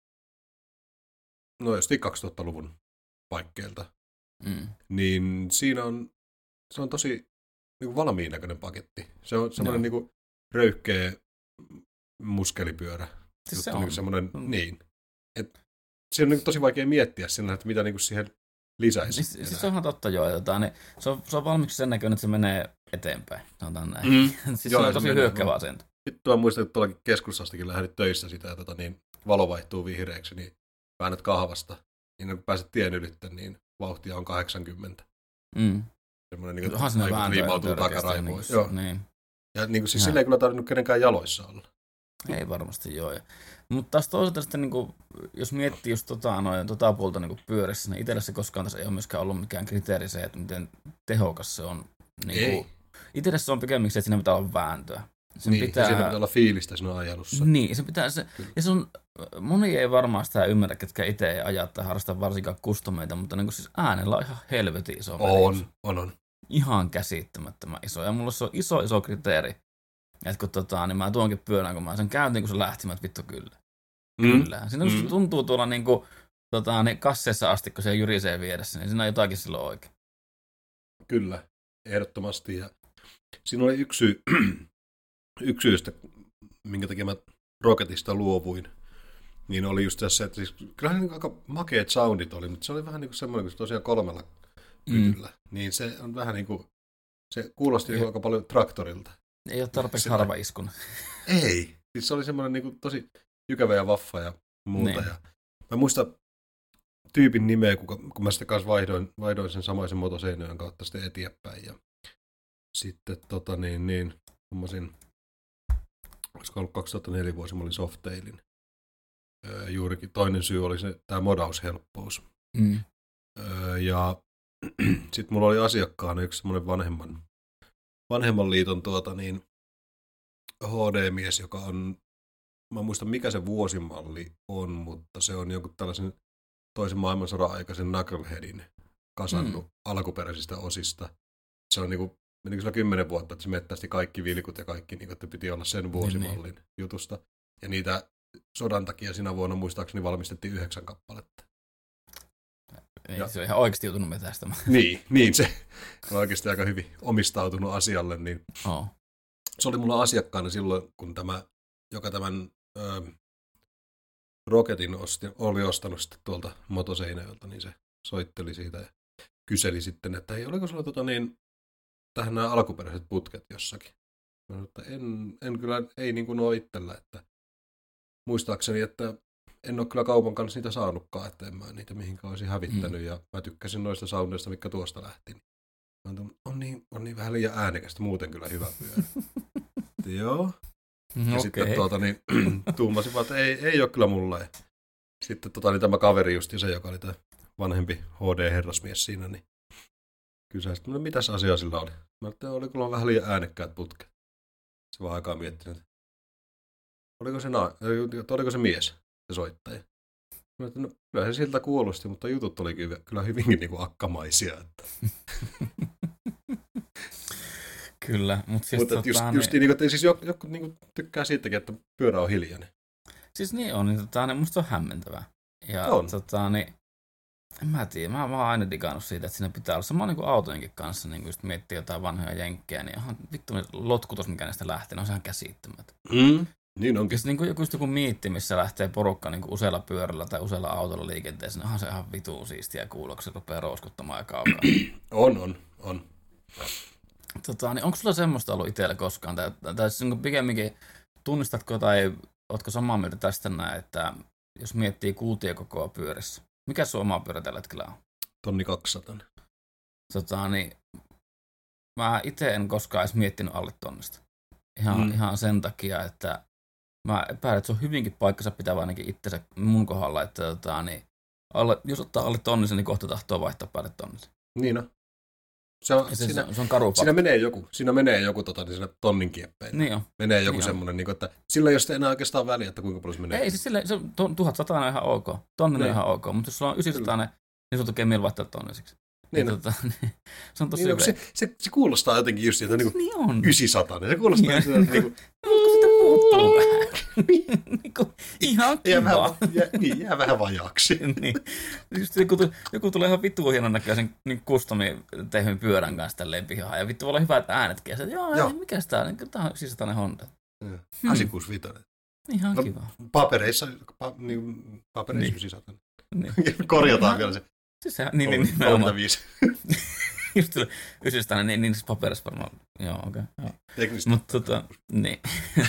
no just kaksituhattaluvun paikkeilta, mm. niin siinä on, se on tosi niin kuin valmiin näköinen paketti. Se on semmoinen no. niin kuin röyhkeä muskelipyörä. Siis se on. on. Semmoinen, mm. niin. Et, se on niin tosi vaikea miettiä sillä, että mitä niin kuin siihen lisäisi. Siis, siis se onhan totta joo. Jota, niin, se, on, se on valmiiksi sen näköinen, että se menee eteenpäin. Sanotaan näin. Mm. siis joo, se on tosi hyökkävä asento. Nyt mä muistan, että tuollakin keskustastakin lähdit töissä sitä, ja tota, niin, valo vaihtuu vihreäksi, niin väännät kahvasta. Niin kun pääset tien ylittä, niin vauhtia on kahdeksankymmentä. Mm. Semmoinen niin kuin liimautuu takaraivoon. Joo. Niin. Ja niin kuin, siis sillä ei kyllä tarvinnut kenenkään jaloissa olla. Ei varmasti joo. Mutta taas toisaalta sitten, niin kuin, jos miettii just tota, noin, tota puolta niin pyörissä, niin itsellä se koskaan tässä ei ole myöskään ollut mikään kriteeri se, että miten tehokas se on. Niin kuin, itselle se on pikemminkin, että siinä pitää olla vääntöä. Sen niin, pitää... siinä pitää olla fiilistä siinä ajelussa. Niin, se pitää, se, ja se on, moni ei varmaan sitä ymmärrä, ketkä itse ei aja tai harrasta varsinkaan kustomeita, mutta niin kuin siis äänellä on ihan helvetin iso merkitys. On, on, on. Ihan käsittämättömän iso, ja mulla se on iso, iso kriteeri. Että kun tota, niin mä tuonkin pyörän, kun mä sen käyntiin, kun se lähti, mä et vittu kyllä. Mm. Kyllä. Siinä mm. tuntuu tuolla niin kuin, tota, niin kasseessa asti, kun se jyrisee vieressä, niin siinä on jotakin silloin oikein. Kyllä, ehdottomasti. Ja siinä oli yksi syy, yksi syystä, minkä takia mä Rocketista luovuin, niin oli just tässä, että siis, kyllähän niin aika makeat soundit oli, mutta se oli vähän niin kuin semmoinen, kun se tosiaan kolmella kytyllä, mm. niin se on vähän niin kuin, se kuulosti niin aika paljon traktorilta. Ei ole tarpeeksi harva iskuna. Ei. Siis se oli semmoinen niin kuin tosi jykävä ja vaffa ja muuta. Ja mä muistan tyypin nimeä, kun, kun mä sitten kanssa vaihdoin, vaihdoin sen samaisen motoseinöön kautta sitten eteenpäin. Ja sitten tota niin, niin hommasin, olisiko ollut kaksituhattaneljä vuosi, mä olin Softailin. Öö, juurikin toinen syy oli se, tämä modaushelppous. Mm. Öö, ja sitten mulla oli asiakkaana yksi semmoinen vanhemman vanhemman liiton tuota, niin, H D-mies, joka on, mä en muista mikä se vuosimalli on, mutta se on jonkun tällaisen toisen maailmansodan aikaisen Knuckleheadin kasannut mm. alkuperäisistä osista. Se on niinku, menikö sillä kymmenen vuotta, että se mettästi kaikki vilkut ja kaikki, niin, että piti olla sen vuosimallin niin, niin. jutusta. Ja niitä sodan takia sinä vuonna muistaakseni valmistettiin yhdeksän kappaletta. Ei, ja, se on ihan oikeasti joutunut metästämään. Niin, niin se on oikeasti aika hyvin omistautunut asialle. Niin oh. Se oli mulla asiakkaana silloin, kun tämä, joka tämän ö, Rocketin osti, oli ostanut sitten tuolta motoseinäjöltä, niin se soitteli siitä ja kyseli sitten, että hei, oliko sulla tota niin, tähän nämä alkuperäiset putket jossakin? Mä sanoin, että en, en kyllä, ei niin kuin ole itsellä, että muistaakseni, että en ole kyllä kaupan kanssa niitä saanutkaan, että en mä niitä mihinkään olisi hävittänyt. Mm. Ja mä tykkäsin noista soundeista, mitkä tuosta lähti. On niin, on niin vähän liian äänekästä, muuten kyllä hyvä pyörä. Joo. Ja okay. Sitten tuota, niin, tuumasin vaan, että ei, ei ole kyllä mulle. Sitten tota, niin tämä kaveri justi se, joka oli tämä vanhempi H D-herrasmies siinä, niin kysäsi, että no, mitäs asiaa sillä oli? Mä että oli kyllä vähän liian äänekkäät putket. Se vaan aikaa miettinyt, että oliko se, na- oliko se mies, se soittaja. Mä että no, kyllä se siltä kuulosti, mutta jutut oli kyllä hyvinkin niin kuin akkamaisia. Että. Kyllä, mutta siis mutta tota, just, niin... just niin, että siis joku, joku niin tykkää siitäkin, että pyörä on hiljainen. Siis niin on, niin tota, niin musta on hämmentävää. Ja on. Tota, niin, en mä tiedä, mä, mä oon aina digannut siitä, että siinä pitää olla sama niin kuin autojenkin kanssa, niin kuin just miettii jotain vanhoja jenkkejä, niin ihan vittu lotkutus, mikä näistä lähtee, on sehän käsittämättä. Mm, niin onkin. Siis niin kuin joku, just joku miitti, missä lähtee porukka niin kuin usealla pyörällä tai usealla autolla liikenteessä, niin onhan se ihan vitun siistiä kuulla, kun se rupeaa rouskuttamaan ja kaukaa. on, on, on. Tota, niin onko sulla semmoista ollut itsellä koskaan, tai, tai siis niin pikemminkin tunnistatko tai ootko samaa mieltä tästä näin, että jos miettii kuutiokokoa pyörissä, mikä sun oma pyörä tällä hetkellä on? Tonni kaksisataa. Tota, niin, mä itse en koskaan edes miettinyt alle tonnista. Ihan, mm. ihan sen takia, että mä epäilen, että se on hyvinkin paikkansa pitävä ainakin itsensä mun kohdalla, että tota, niin, alle, jos ottaa alle tonnisen, niin kohta tahtoo vaihtaa päälle tonnisen. Niin on. Se on, se, siinä, se on karu siinä menee joku, siinä menee joku tota, niin siinä tonnin kieppeillä. Niin on. Menee joku niin semmoinen, niin kuin, että sillä ei ole enää oikeastaan väliä, että kuinka paljon se menee. Ei, siis sille, se on tuhatsata on ihan ok, tonnin on ihan ok, mutta jos sulla on yhdeksänsataa, niin sun tekee mieli vaihtaa tonnisiksi. Niin, tota, niin, se on tosi niin, hyvä. Se, se, se kuulostaa jotenkin just siltä, niin kuin niin on. yhdeksänsataa, niin se kuulostaa niin, siltä, niin kuin... Onko sitä puuttuu vähän? niin kuin, ihan kiva. Jää vähän, jää, niin, jää vähän vajaaksi. niin. Just joku, joku tulee ihan vittu hienon näköisen niin customin tehyn pyörän kanssa tälleen pihaan. Ja vittu voi olla hyvät äänetkin. Ja se, joo, joo. Mikäs tää on? Tää on siis tällainen Honda. Hmm. kahdeksansataakuusikymmentäviisi. Ihan no, kiva. Papereissa, pa, niin, papereissa niin. yhdeksänsataa. Niin. Korjataan vielä se. Siis se, niin, niin, niin, kolmekymmentäviisi. Just tuli yhdessä niin, niin siis paperissa varmaan, joo, okei. Okay, teknistä. Mutta tota, niin.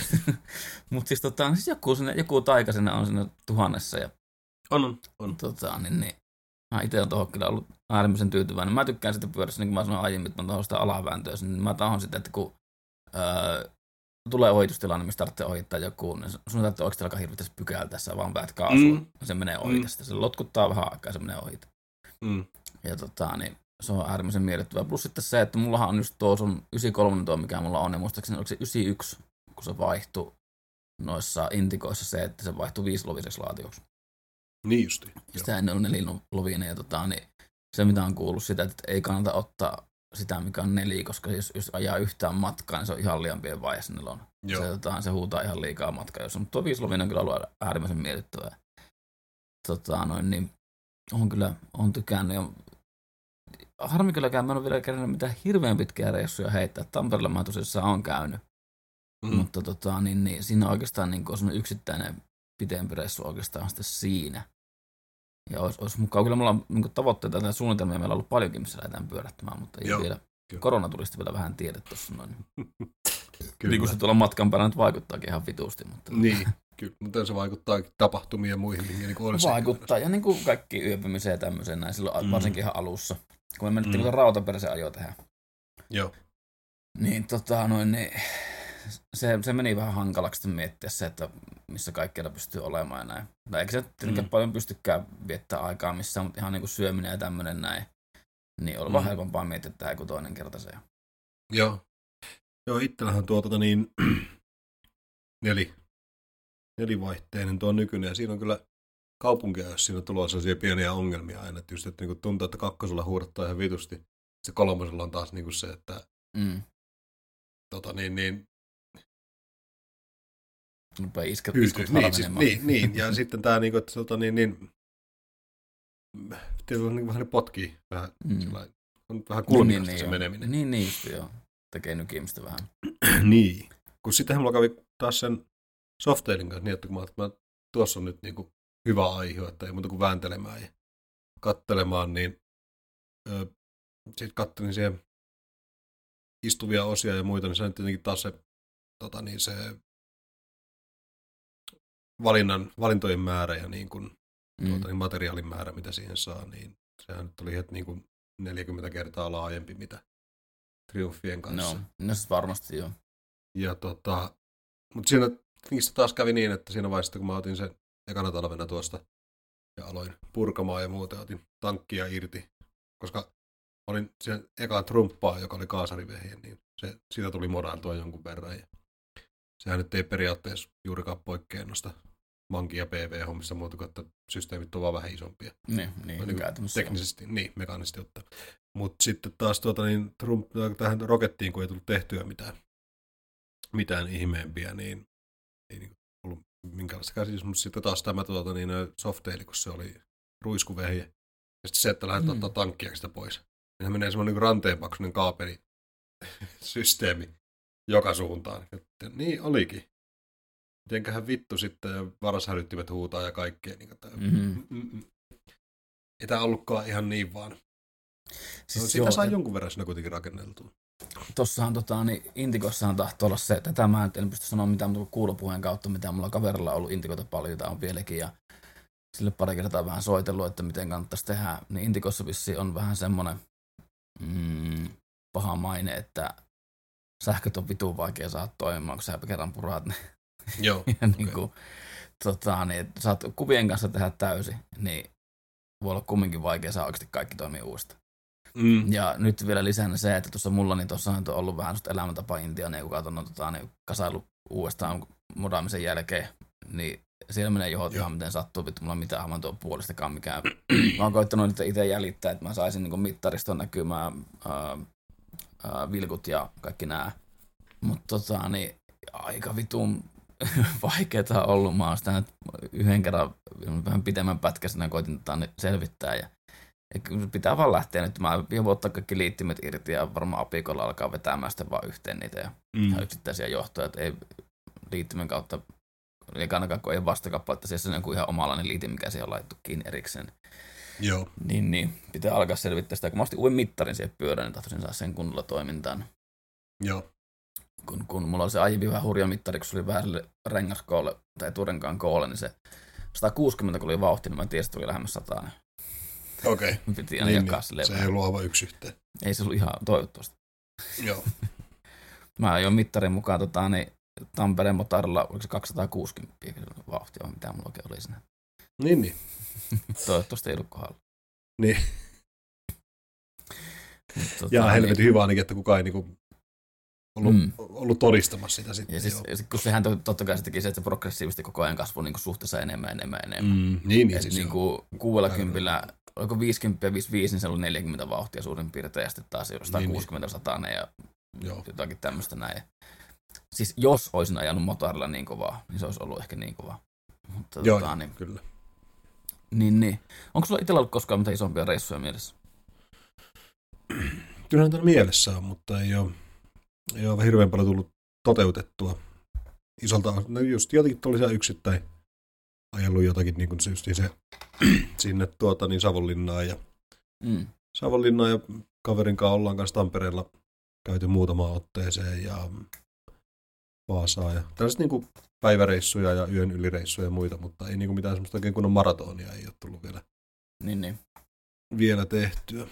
Mut siis tota, siis joku, sinne, joku taika sinne on sinne tuhannessa ja on, on, on. Tota, niin, niin. Mä itse olen tuohon kyllä ollut äärimmäisen tyytyväinen. Mä tykkään sitä pyörässä, niin kuin mä sanoin aiemmin, että mä tuohon sitä alavääntöä, niin mä tahon sitä, että kun öö, tulee ohitustilanne, missä tarvitsee ohittaa joku, niin sun täytyy oikeasti alkaa hirveästi pykäältä, sä vaan väät kaasua, mm. se menee ohi tästä. Se lotkuttaa vähän aikaa, se menee ohi. Mm. Ja tota, niin se on äärimmäisen miellyttävää. Plus sitten se, että mullahan on just tuo sun yhdeksänkymmentäkolme tuo, mikä mulla on, ja muistaakseni oliko se yhdeksänkymmentäyksi, kun se vaihtui noissa intikoissa se, että se vaihtui viisiloviseksi laatikoksi. Niin justi. Sitä ennen on nelilovinen, ja tota, niin se mitä on kuullut sitä, että ei kannata ottaa sitä, mikä on neli, koska jos, jos ajaa yhtään matkaa, niin se on ihan liian pieni vaihe se nelon. Se, tota, se huutaa ihan liikaa matkaa, jos on, mutta tuo viisilovinen on kyllä ollut äärimmäisen miellyttävää. Tota, noin, niin on kyllä, on tykännyt. Ja harmi kylläkään, mä en ole vielä käynyt mitään hirveän pitkiä reissuja heittää. Tampereella mä tosissaan on käynyt. Mm. Mutta tota, niin, niin, siinä on oikeastaan niin on yksittäinen pitempi reissu oikeastaan sitten siinä. Ja olisi, olisi mukaan, kyllä mulla on niin tavoitteita tai suunnitelmia, meillä on ollut paljonkin, missä lähdetään pyörähtämään, mutta ei Joo, vielä, kyllä. Korona tuli sitten vielä vähän tiedä tuossa noin. Niin kuin se tuolla matkan päällä nyt vaikuttaakin ihan vitusti. Mutta niin, kyllä, mutta se vaikuttaa tapahtumiin ja muihin. Niin kuin vaikuttaa, ja niin kuin kaikki yöpymiseen ja tämmöiseen näin, silloin mm. varsinkin ihan alussa. Kun me menettiin mm. rautaperäisen ajoa tehdä. Joo. Niin tota noin, niin se, se meni vähän hankalaksi miettiä se, että missä kaikkialla pystyy olemaan ja näin. Tai eikä se tietenkään mm. paljon pystykään viettää aikaa missään, mutta ihan niin kuin syöminen ja tämmöinen näin. Niin on mm. vähän helpompaa miettiä tähän kuin toinen kerta se. Joo. Joo, itsellähän tuo tota niin, neli, nelivaihteinen tuo nykyinen, ja siinä on kyllä kaupunkia, jos siinä tulee sellaisia pieniä ongelmia aina, että just, että niin tuntuu, että kakkosella huudattaa ihan vitusti. Se kolmosella on taas niin kuin se, että mm. tota niin, niin Isket, iskut niin, siis, niin, niin, ja sitten tämä, niin kuin, että tota, niin, niin, tietysti niin vähän potkii, vähän, mm. sillä, on vähän kulmikasta niin, niin, se niin, meneminen. Niin, niin, just, joo. Tekee nykimistä vähän. niin, kun sittenhän mulla kävi taas sen Softailin kanssa niin, että kun mä, että mä tuossa on nyt niin kuin hyvä aihe, että ei muuta kuin vääntelemään ja kattelemaan, niin sitten kattelin siihen istuvia osia ja muita, niin se on tietenkin taas se, tota niin, se valinnan, valintojen määrä ja niin kuin, Mm. tuota, niin materiaalin määrä, mitä siihen saa, niin sehän nyt oli heti niin kuin neljäkymmentä kertaa laajempi, mitä Triumphien kanssa. No, no siis varmasti joo. Ja tota, mutta siinä niistä taas kävi niin, että siinä vaiheessa, kun mä otin sen ekana talvena tuosta ja aloin purkamaan ja muuta, otin tankkia irti, koska olin sen ekan trumppaa, joka oli kaasarivehje, niin se, siitä tuli modailtua jonkun verran. Ja sehän nyt ei periaatteessa juurikaan poikkea noista manki- ja P V-hommissa muuta kuin, että systeemit on vaan vähän isompia. Niin, niin, niin käytännössä teknisesti, on. Niin, mekaanisesti ottaen. Mutta sitten taas tuota, niin, Trump, tähän Rokettiin, kun ei tullut tehtyä mitään, mitään ihmeempiä, niin ei niin ollut minkäänlaista käsitys, mutta sitten taas tämä tuota, niin, softaili, kun se oli ruiskuvehje. Ja sitten se, että lähdet mm. ottaa tankkia sitä pois. Niin se menee semmoinen niin ranteenpaksuinen kaapelisysteemi joka suuntaan. Ja niin olikin. Mitenköhän vittu sitten ja varashälyttimet huutaa ja kaikkea. Niin, että, mm-hmm. Ei tämä ollutkaan ihan niin vaan. Siis no, sitä saa et... jonkun verran siinä kuitenkin rakenneltua. Tossahan tota, niin Intikossahan tahtoo olla se, että tämä en pysty sanoa mitään muuta kuulopuheen kautta, mitä mulla kaverilla on ollut Intikoita paljon, tämä on vieläkin, ja sille pari kertaa vähän soitellut, että miten kannattaisi tehdä, niin Intikossa vissiin on vähän semmoinen mm, paha maine, että sähköt on vitun vaikea saada toimimaan, kun sä kerran puraat ne. Joo, ja okay. niin kuin, tota, niin, että saat kuvien kanssa tehdä täysin, niin voi olla kumminkin vaikea saa oikeasti kaikki toimia uudestaan. Mm. Ja nyt vielä lisänä se, että tuossa mulla niin tuossa on ollut vähän sellaista elämäntapa Intiania, kun katson tota, niin kasailu uudestaan modaamisen jälkeen, niin siellä menee johot ihan miten sattuu, vittu mulla on mitään havaintoa puolestakaan mikään. Mä oon koittanut niitä itse jäljittää, että mä saisin niin mittariston näkymään ää, ää, vilkut ja kaikki nää. Mutta tota, niin aika vitun vaikeeta on ollut. Mä oon sitä yhden kerran vähän pitemmän pätkäisenä koitin tota, selvittää ja pitää vaan lähteä nyt. Mä voin ottaa kaikki liittimet irti ja varmaan apikolla alkaa vetämään sitten vaan yhteen niitä ja mm. ihan yksittäisiä johtoja, että ei liittimen kautta, eikä ainakaan kun ei vastakappaletta, siellä on joku ihan omalainen liitin, mikä siellä on laittu kiinni erikseen. Joo. Niin, niin, pitää alkaa selvittää sitä. Kun mä ostin uuden mittarin siihen pyörään, niin tahtoisin saada sen kunnolla toimintaan. Joo. Kun, kun mulla oli se aiempi vähän hurja mittari, kun se oli vähän rengaskoolle tai turenkaan koolle, niin se sata kuusikymmentä kun oli vauhti, niin mä tiesin, että tuli lähemmäs sataan. Okei. Okay. Piti aina niin, jakaa niin. Se ei ollut aivan yksi yhteen. Ei se ollut ihan toivottavasti. Joo. Mä ajoin mittarin mukaan tota, niin Tampereen motarilla, oliko se kaksisataakuusikymmentä vauhtia, vai mitä mulla oikein oli siinä. Niin, niin. Toivottavasti ei ollut kohdalla. Niin. Tota, ja helvetin niin, hyvä ainakin, että kukaan ei niinku ollut, mm. ollut todistamassa sitä sitten. Ja siis, kun sehän totta kai se teki se, että se progressiivisesti koko ajan kasvoi niin suhteessa enemmän, enemmän, enemmän. Mm. Niin, niin. Siis niin kuin kuudellakymmenellä, oliko viisikymmentä ja viisikymmentäviisi, niin se oli neljäkymmentä vauhtia suurin piirtein, ja sitten taas sata kuusikymmentä satainen ja Joo. jotakin tämmöistä näin. Siis jos olisin ajanut motorilla niin kovaa, niin se olisi ollut ehkä niin kovaa. Mutta, Joo, tota, niin, kyllä. Niin, niin. Onko sulla itsellä ollut koskaan mitään isompia reissuja mielessä? Kyllähän tämä mielessä on, mutta ei ole, ei ole hirveän paljon tullut toteutettua. Isolta, no just jotenkin tuli siellä yksittäin ajellut jotakin niin kuin se, just se sinne tuota, niin Savonlinnaan ja mm. Savonlinnaan ja kaverin kanssa ollaan kanssa Tampereella käyty muutamaan otteeseen ja Vaasaa ja tällaiset niin kuin päiväreissuja ja yön ylireissuja ja muita, mutta ei niin kuin mitään semmoista oikein kunnon maratonia ei ole tullut vielä, niin, niin. vielä tehtyä.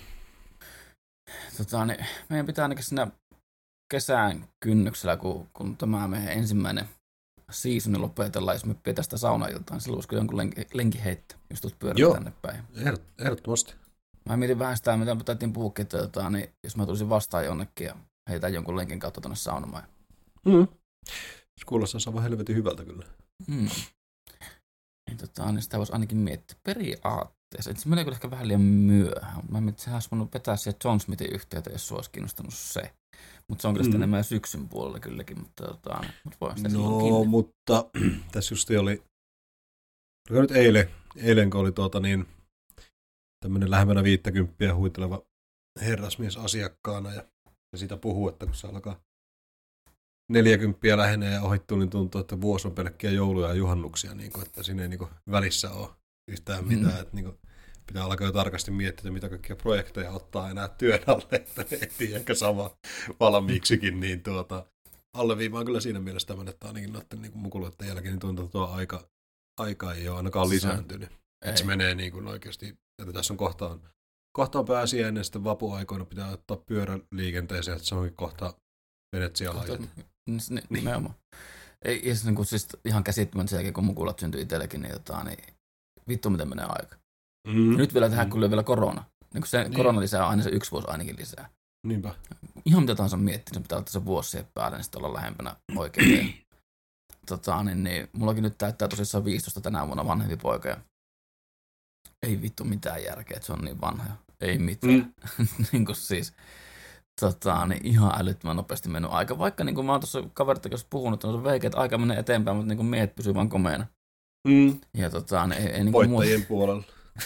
Tota, niin, meidän pitää ainakin siinä kesän kynnyksellä, kun, kun tämä meidän ensimmäinen seasoni lopetellaan, jos me pidetään sitä saunailtaan, silloin olisiko jonkun lenki, lenki heittää, jos tulet pyörät tänne päin. Joo, ehdottomasti. Mä mietin vähän sitä, mitä me taittiin puhukin, että tota, niin, jos mä tulisin vastaan jonnekin ja heitän jonkun lenkin kautta tuonne saunomaan. Mm. Se kuulostaa aivan helvetin hyvältä kyllä. Mm. Niin, tota, niin sitä voisi ainakin miettiä periaatteessa. Se menee kyllä ehkä vähän liian myöhään. Mä mietin, että sehän olisi voinut vetää siihen John Smithin yhteyteen, jos sua olisi kiinnostanut se. Mutta se on kyllä mm. enemmän syksyn puolella kylläkin. Mutta, tota, mutta voi sitä no, mutta tässä just oli, oliko nyt eilen, eilen kun oli tuota niin, tämmöinen lähemmänä viittäkymppiä huiteleva herrasmies asiakkaana ja, ja siitä puhuu, että kun se alkaa neljäkymppiä lähenee ja ohittuu, niin tuntuu, että vuosi on pelkkiä jouluja ja juhannuksia, niin kuin, että siinä ei niin kuin, välissä ole yhtään mitään. Mm. Että, niin kuin, pitää alkaa jo tarkasti miettiä, mitä kaikkia projekteja ottaa enää työn alle, että ehtii ehkä sama valmiiksikin. Niin tuota, alleviivaan kyllä siinä mielessä tämän, että ainakin noiden niin mukuloiden jälkeen niin tuntuu, että tuo aika aika ei ole ainakaan lisääntynyt. Että se menee niin kuin oikeasti, että tässä on kohtaan, kohtaan pääsiäinen, sitten vapuaikoina pitää ottaa pyöräliikenteeseen, että se onkin kohta Venetsialaiset. Nimenomaan. Ei, ja niin kuin, siis ihan käsittämättä sen jälkeen, kun mukulat syntyi itsellekin, niin, tota, niin vittu miten menee aika. Mm. Nyt vielä tähän, mm. kun vielä korona. Niin se niin. Korona lisää aina se yksi vuosi ainakin lisää. Niinpä. Ihan mitä tahansa miettii, niin pitää ottaa se vuosi siihen päälle, niin sitten olla lähempänä oikein. tota, niin, niin, mullakin nyt täyttää tosissaan viisitoista tänä vuonna vanhempi poika. Ja ei vittu mitään järkeä, että se on niin vanha. Ei mitään. Mm. niin kuin siis, tota, niin ihan älyttömän nopeasti mennyt aika. Vaikka niin kuin mä oon tuossa kaverilta kanssa puhunut, että on se veikeä, että aika menee eteenpäin, mutta niin kuin miehet pysyy vaan komeena. Mm. Ja tota, niin ei, ei niin voittajien muuta. Puolella.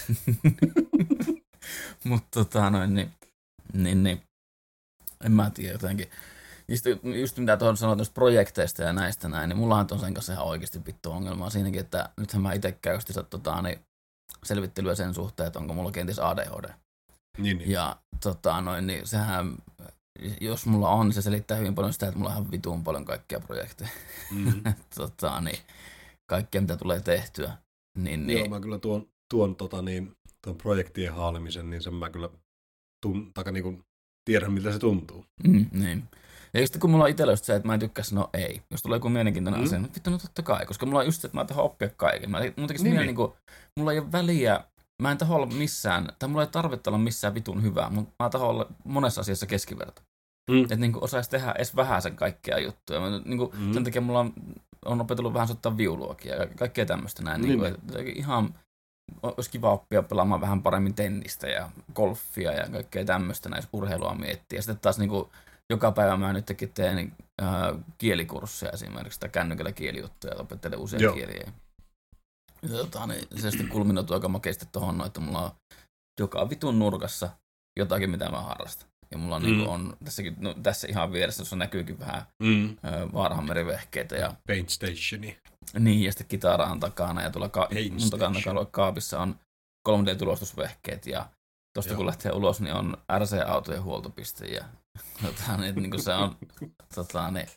Mutta tota, noin, niin, niin, niin, en mä tiedä jotenkin. Just, just mitä tuohon sanoit noista projekteista ja näistä näin, niin mullahan on sen kanssa ihan oikeasti vittu ongelmaa siinäkin, että nythän mä itse käyn tota, niin, selvittelyä sen suhteen, että onko mulla kenties A D H D. Niin, niin. Ja tota, noin, niin sehän, jos mulla on, niin se selittää hyvin paljon sitä, että mulla on ihan vituun paljon kaikkia projekteja. Mm-hmm. tota, niin, kaikkea, mitä tulee tehtyä. Niin, niin. Joo, mä kyllä tuon, tuon, tota, niin, tuon projektien haalimisen, niin sen mä kyllä tun, taka, niin kuin, tiedän, miltä se tuntuu. Mm, niin. Ja sitten kun mulla on itsellä just se, että mä en tykkää sanoa ei. Jos tulee joku mielenkiintoinen mm. asia, niin vittu, no totta kai. Koska mulla on just se, että mä tahan oppia kaiken. Mä, mun tekisi niin, niin kuin, mulla ei ole väliä, mä en taho olla missään, tai mulla ei tarvitse olla missään vitun hyvää, mutta mä taho olla monessa asiassa keskiverta. Mm. Että niin osaisi tehdä edes vähän sen kaikkea juttuja. Mä, niin kuin, mm. Sen takia mulla on, on opetellut vähän soittaa viuluakin ja kaikkea tämmöistä näin. Niin. Niin kuin, ihan olisi kiva oppia pelaamaan vähän paremmin tennistä ja golfia ja kaikkea tämmöistä näissä urheilua miettiä. Ja sitten taas niin kuin, joka päivä mä nytkin teen äh, kielikursseja esimerkiksi, tai kännykällä kielijuttuja, ja opettelen uusia Joo. kieliä. Ja, tota, niin, se sitten kulminoituu aika makeasti tuohon, että mulla on joka vitun nurkassa jotakin, mitä mä harrastan. Ja mulla on, mm. niin kuin, on tässäkin, no, tässä ihan vieressä, jossa näkyykin vähän mm. äh, Warhammer-vehkeitä. Ja Paint Stationi. Niin, ja sitten kitara on takana, ja tuolla ka- mun takana kaapissa on kolme D-tulostusvehkeet, ja tuosta kun lähtee ulos, niin on R C-autojen huoltopiste, ja tota, niin, niin kuin se on, tota, niin,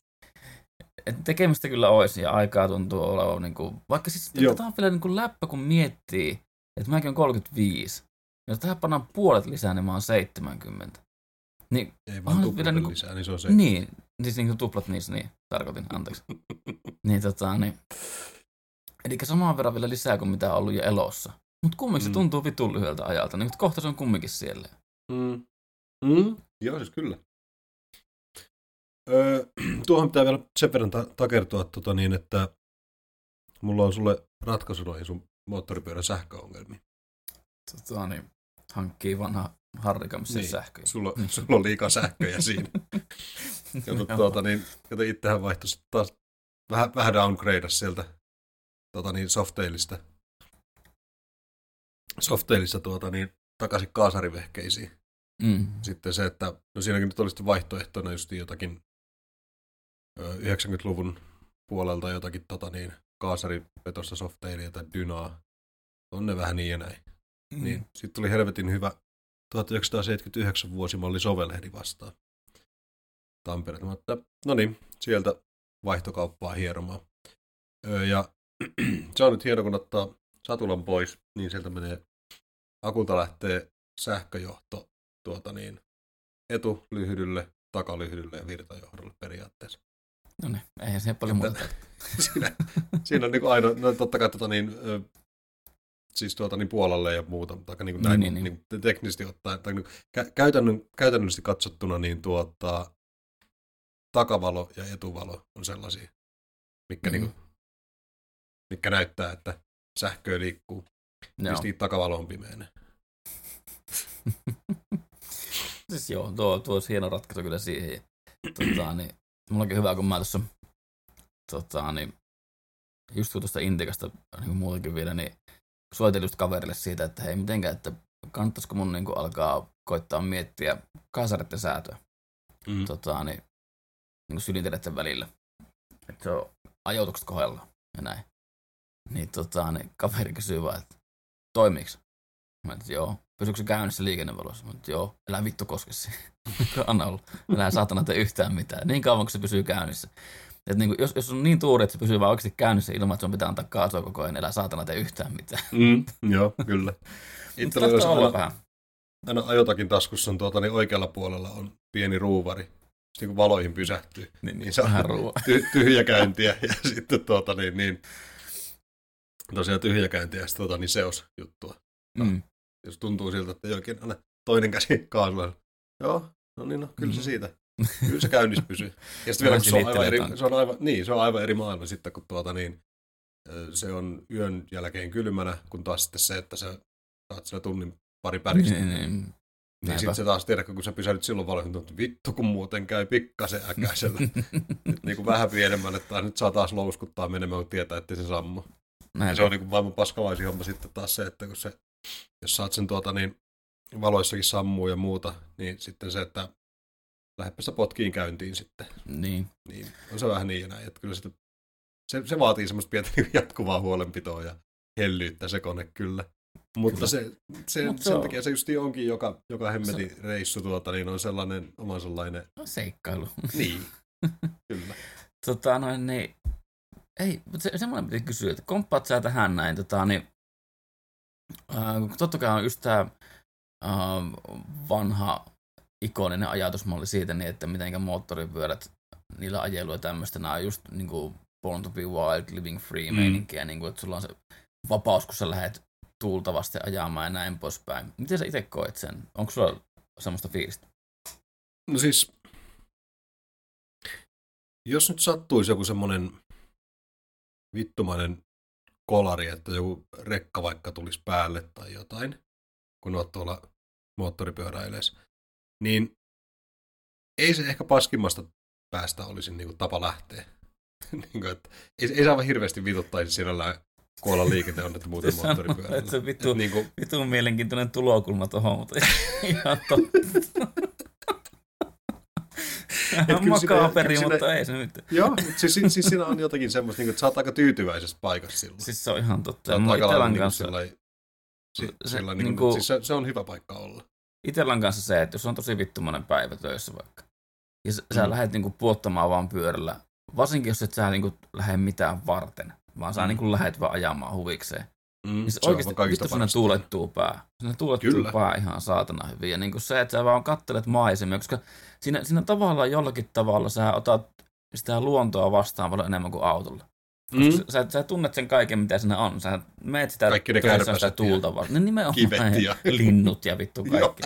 et tekemistä kyllä olisi, ja aikaa tuntuu olevan, niin kuin, vaikka siis tämä on vielä niin kuin läppä, kun miettii, että mäkin on kolmekymmentäviisi, jos tähän pannaan puolet lisää, niin mä oon seitsemänkymmentä. Niin, ei vaan tuplat niin lisää, niin se on se. Niin, siis niin kuin tuplat niissä, niin tarkoitin, anteeksi. niin, tota, niin. Eli samaan verran vielä lisää kuin mitä on ollut jo elossa. Mutta kumminkin mm. se tuntuu vitun lyhyeltä ajalta, niin kohta se on kumminkin siellä. Mm. Mm. Joo, siis kyllä. Öö, tuohon pitää vielä sen verran ta- takertua, tota niin, että mulla on sulle ratkaisu noihin sun moottoripyörän sähköongelmiin. Tota niin, hankkii vanha Harrika, missä niin. sähköjä. Sulla, niin. sulla on liikaa sähköjä siinä. Joten tuota, niin, joten itsehän vaihtoisi taas vähän, vähän downgradeas sieltä tuota, niin, Softailista. Softailissa tuota, niin, takaisin kaasarivehkeisiin. Mm. Sitten se, että no siinäkin nyt olisi vaihtoehtona just jotakin yhdeksänkymmentäluvun puolelta jotakin tota, niin, kaasarivetosta Softailia tai Dynaa. On ne vähän niin ja näin. Mm. Niin, sitten tuli helvetin hyvä tuhatyhdeksänsataaseitsemänkymmentäyhdeksän vuosimalli Sovelehdi vastaan Tampereelta. Mutta no niin, sieltä vaihtokauppaa hieromaan. Öö, ja se on nyt hieno, kun ottaa satulan pois, niin sieltä menee, akulta lähtee sähköjohto tuota niin, etulyhdylle, takalyhdylle ja virtajohdolle periaatteessa. No niin, eihän se paljon muuta. siinä, siinä on niin kuin aina, no totta kai tota niin, siis tuota niin puolalle ja muuta, mutta niin kuin näin, niin, niin, niin. Niin, teknisesti ottaen, tai niin, käytännön, käytännöllisesti katsottuna, niin tuota, takavalo ja etuvalo on sellaisia, mitkä, mm. niin kuin, mitkä näyttää, että sähköä liikkuu. Mistä takavalo on pimeänä. Siis joo, tuo, tuo olisi hieno ratkaisu kyllä siihen. Tota, niin, mullakin hyvä, kun mä tuossa tota, niin, just tuosta Intikasta niin muutenkin vielä, niin soitelin just kaverille siitä, että hei, mitenkään, että kannattaisiko mun niin kuin, alkaa koittaa miettiä kasareiden säätöä mm. tota, niin, niin sylintereiden välillä. Että se on ajoitukset kohdalla ja näin. Niin, tota, niin kaveri kysyy vaan, että toimiiks? Mä että joo. Pysyykö se käynnissä liikennevalossa? Mä että joo. Älä vittu koske siihen. Anna olla. Älä saatana tee yhtään mitään. Niin kauan, kun se pysyy käynnissä. Että niin kuin, jos, jos on niin tuuri, että se pysyy vaan oikeasti käynnissä ilman, että sun pitää antaa kaasua koko ajan, elää saatana tee yhtään mitään. Mm, joo, kyllä. Mutta tahtoo olla aina, vähän. Aina ajotakin taskussa on tuota, niin oikealla puolella on pieni ruuvari. Sitten kun valoihin pysähtyy, niin, niin se on ty- tyhjäkäyntiä ja sitten tuota, niin, niin, tosiaan tyhjäkäyntiä ja sitten tuota, niin seosjuttua. Mm. Jos tuntuu siltä, että ei oikein aina toinen käsi kaasulla. Joo, no niin, no, kyllä se siitä. Kyllä se käynnissä pysyy. Ja sitten vielä, kun se on aivan eri, se on aivan, niin, se on aivan eri maailma sitten, kun tuota, niin, se on yön jälkeen kylmänä, kun taas sitten se, että sä saat sillä tunnin pari päristä. Niin, niin, niin sitten se taas tiedä, kun sä pysähdyt silloin valoihin, että vittu kun muuten käy pikkasen äkäisellä. Nyt niin kuin vähän pienemmälle, että nyt saa taas louskuttaa menemään, kun tietää, ettei se sammu. Se on niin kuin maailman paskalaisin homma sitten taas se, että kun se, jos saat sen tuota, niin valoissakin sammuu ja muuta, niin sitten se, että lähdepä sitä potkiin käyntiin sitten. Niin. niin. On se vähän niin ja näin, että kyllä sitä, se, se vaatii semmoista pientä jatkuvaa huolenpitoa ja hellyyttä se kone kyllä. Mutta kyllä. se, se, Mut sen takia se justi onkin joka, joka hemmetin se... reissu tuota, niin on sellainen oma sellainen... Seikkailu. Niin, kyllä. Tota noin, niin... Ei, mutta se, semmoinen piti kysyä, että komppaat sä tähän näin, tota niin... Äh, totta kai on just tää äh, vanha ikoninen ajatusmalli siitä, niin, että mitenkä moottoripyörät, niillä ajelu ja tämmöistä, nämä on just niinku Born to be Wild, Living Free mm. meininkiä, niinku, että sulla on se vapaus, kun sä lähdet tuultavasti ajamaan ja näin poispäin. Miten sä itse koet sen? Onko sulla semmoista fiilistä? No siis, jos nyt sattuisi joku semmoinen vittumainen kolari, että joku rekka vaikka tulisi päälle tai jotain, kun oot tuolla moottoripyöräileessä, niin ei se ehkä paskimmasta päästä olisi niin kuin tapa lähteä. niin kuin, että ei, ei saa vaan hirveästi vituttaisi sinällään kuolla liikenteen onnettomuuteen moottoripyörällä. Se vittu, niin kuin... vittu mielenkiintoinen tulokulma tuohon, mutta ihan totta. Ihan makaaperi, mutta sinä... ei se nyt. Joo, siis, siis, siis siinä on jotakin semmoista, että sä oot aika tyytyväisessä paikassa silloin. Siis se on ihan totta. Sä oot aika lailla kanssa. Sillai, se, sillai, niin niin kuin, kuin, siis se, se on hyvä paikka olla. Itellan kanssa se, että jos on tosi vittumainen päivä töissä vaikka, ja sä, mm. sä lähdet niinku puottamaan vaan pyörällä, varsinkin jos et sä niinku lähde mitään varten, vaan sä mm. niinku lähdet vaan ajamaan huvikseen. Mm, niin se, se oikeasti vittu sinne tuulettuu pää. Sinne tuulettuu Kyllä. pää ihan saatana hyvin. Ja niinku se, että sä vaan kattelet maisemia, koska siinä, siinä tavallaan jollakin tavalla sä otat sitä luontoa vastaan paljon enemmän kuin autolla. Mm. Sä, sä, sä tunnet sen kaiken, mitä siinä on. Sä meet sitä, sitä tuulta vastaan. Ne nimenomaan ja linnut ja vittu kaikki.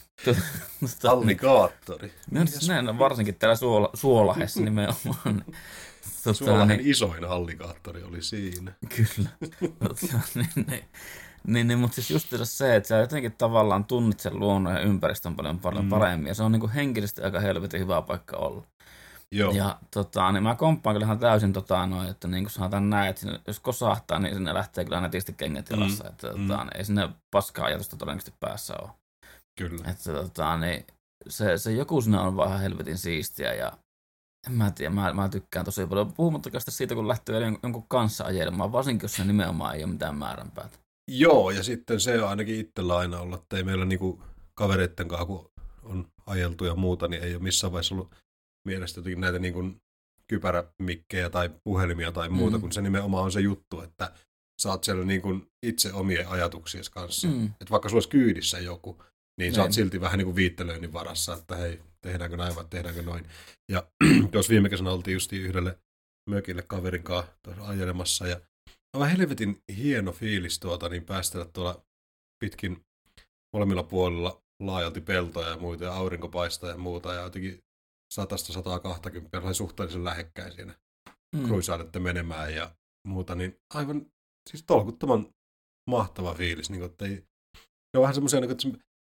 Alligaattori. No, siis näin on varsinkin täällä Suola, Suolahessa nimenomaan. Tota, Suolahen niin, isoin alligaattori oli siinä. Kyllä. Tota, niin, niin, niin, niin, mutta siis just se, että sä jotenkin tavallaan tunnet sen luonnon ja ympäristön paljon, paljon mm. paremmin. Ja se on niin kuin henkisesti aika helvetin hyvä paikka olla. Joo. Ja tota, niin mä komppaan kyllähän täysin, tota, no, että niin kuin sanotaan näin, että sinne, jos kosahtaa, niin sinne lähtee kyllä nätisti kengät jalassa. Mm. Että, tota, mm. ei sinne paskaa ajatusta todennäköisesti päässä ole. Kyllä. Että tota, niin, se, se joku sinne on vaan helvetin siistiä ja en mä tiedä, mä, mä tykkään tosi paljon. Puhumattakaan siitä, kun lähtee jonkun kanssa ajelemaan, varsinkin jos se nimenomaan ei ole mitään määränpäätä. Joo, ja sitten se on ainakin itsellä aina ollut, että ei meillä niinku kavereitten kanssa, kun on ajeltu ja muuta, niin ei ole missään vaiheessa ollut mielestä jotenkin näitä niinku kypärämikkejä tai puhelimia tai muuta, mm. kun se nimenomaan on se juttu, että sä oot siellä niinku itse omien ajatuksiesi kanssa. Mm. Että vaikka sulla olisi kyydissä joku, niin Näin. Sä oot silti vähän niin kuin viittelöinnin varassa, että hei, tehdäänkö näin vai tehdäänkö noin. Ja tuossa viime kesänä oltiin just yhdelle mökille kaverin kanssa ajelemassa, ja aivan helvetin hieno fiilis tuota, niin päästellä tuolla pitkin molemmilla puolilla laajalti peltoja ja muita, ja aurinko paistaa ja muuta, ja jotenkin satasta sataa kaksikymmentä oli suhteellisen lähekkäin siinä mm. kruisailette menemään ja muuta, niin aivan siis tolkuttoman mahtava fiilis, niin kuin, että ei, se on vähän semmoisia, niin kuin, että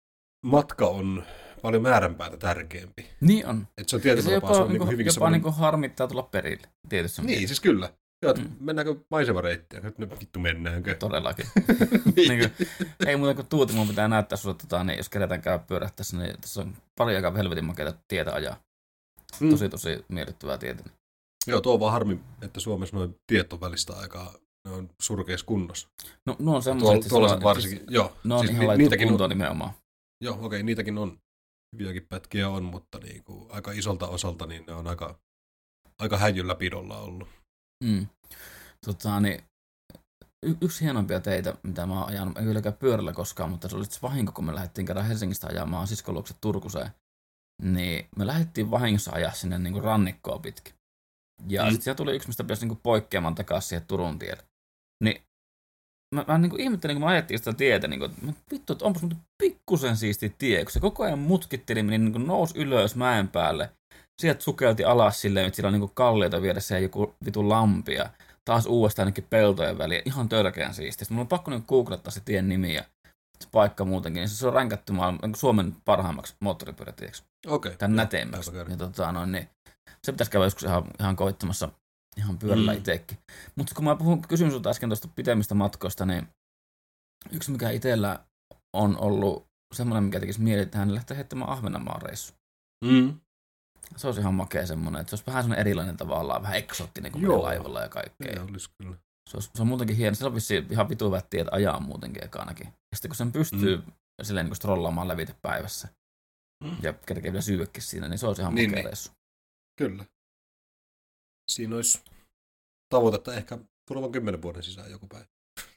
matka on paljon määränpäätä tärkeämpi. Niin on. Että se on tietysti jopa, se on niinku, hyvinkin jopa semmoinen... niinku harmittaa tulla perille. Tietysti niin, siis kyllä. Joo, mm. mennäänkö maisemareittiä? Nyt vittu mennäänkö? Todellakin. niin kuin, ei muuta kuin tuuti, mun pitää näyttää sulle, tota, niin jos kerätään käydä pyörähtäessä, niin tässä on paljon aika helvetin makeita tietä ajaa. Mm. Tosi, tosi miellyttävää tietä. Joo, tuo on vaan harmi, että Suomessa noin tiet on välistä aikaa, ne on surkeassa kunnossa. No, no on semmoiset. Tuolla, tuolla varsinkin, siis, joo. Ne on siis ihan ni, laittu kuntoon nimenomaan. Joo, okei, okay, niitäkin on. Hyviäkin pätkiä on, mutta niin kuin, aika isolta osalta niin ne on aika aika häijyllä pidolla ollut. Mm. Tota, niin, y- yksi hienompia teitä, mitä mä oon ajanut, ei kylläkään pyörällä koskaan, mutta se oli sitten vahinko, kun me lähdettiin kerran Helsingistä ajamaan siskon luokse Turkuseen. Niin me lähdettiin vahingossa ajaa sinne niin kuin rannikkoa pitkin. Ja mm. sitten siellä tuli yksi, mistä pitäisi niin kuin poikkeamaan takaisin siihen Turun tielle. Niin mä, mä niin kuin ihmettelin, kun mä ajettiin sitä tietä, niin kuin, että vittu, että onpas muuten pikkusen siisti tie, kun se koko ajan mutkitteli, niin, niin kuin nousi ylös mäen päälle. Sieltä sukelti alas silleen, että siellä on niin kuin kallioita vieressä ja joku vitu lampia. Taas uudestaan ainakin peltojen väliin. Ihan törkeän siistiä. Sitten mulla on pakko niin googlettaa se tien nimi ja se paikka muutenkin. Niin se on ränkätty maailman, niin Suomen parhaimmaksi moottoripyörätieksi. Okei. Tämän näteimmäksi. Ja tota, noin, niin, se pitäisi käydä joskus ihan, ihan koittamassa ihan pyörällä mm. itsekin. Mutta kun mä puhun, kysyn sulta äsken tuosta pitemmistä matkoista, niin yksi mikä itsellä on ollut semmoinen, mikä tekisi mieli, että hän lähtee heittämään Ahvenanmaan reissu. Mm. Se olisi ihan makea semmoinen, että se olisi vähän semmoinen erilainen tavallaan, vähän eksoottinen kuin menee laivalla ja kaikkea. Joo, olisi kyllä. Se, olisi, se on muutenkin hieno. Se on vissiin ihan vitu hyvät tiet ajaa muutenkin ekanakin. Ja sitten kun sen pystyy mm. silleen niin kuin strollaamaan lävitä päivässä mm. ja kerkee vielä syyäkin siinä, niin se olisi ihan niin, makea niin. reissu. Kyllä. Siinä olisi tavoitetta ehkä tulevan kymmenen vuoden sisään joku päivä.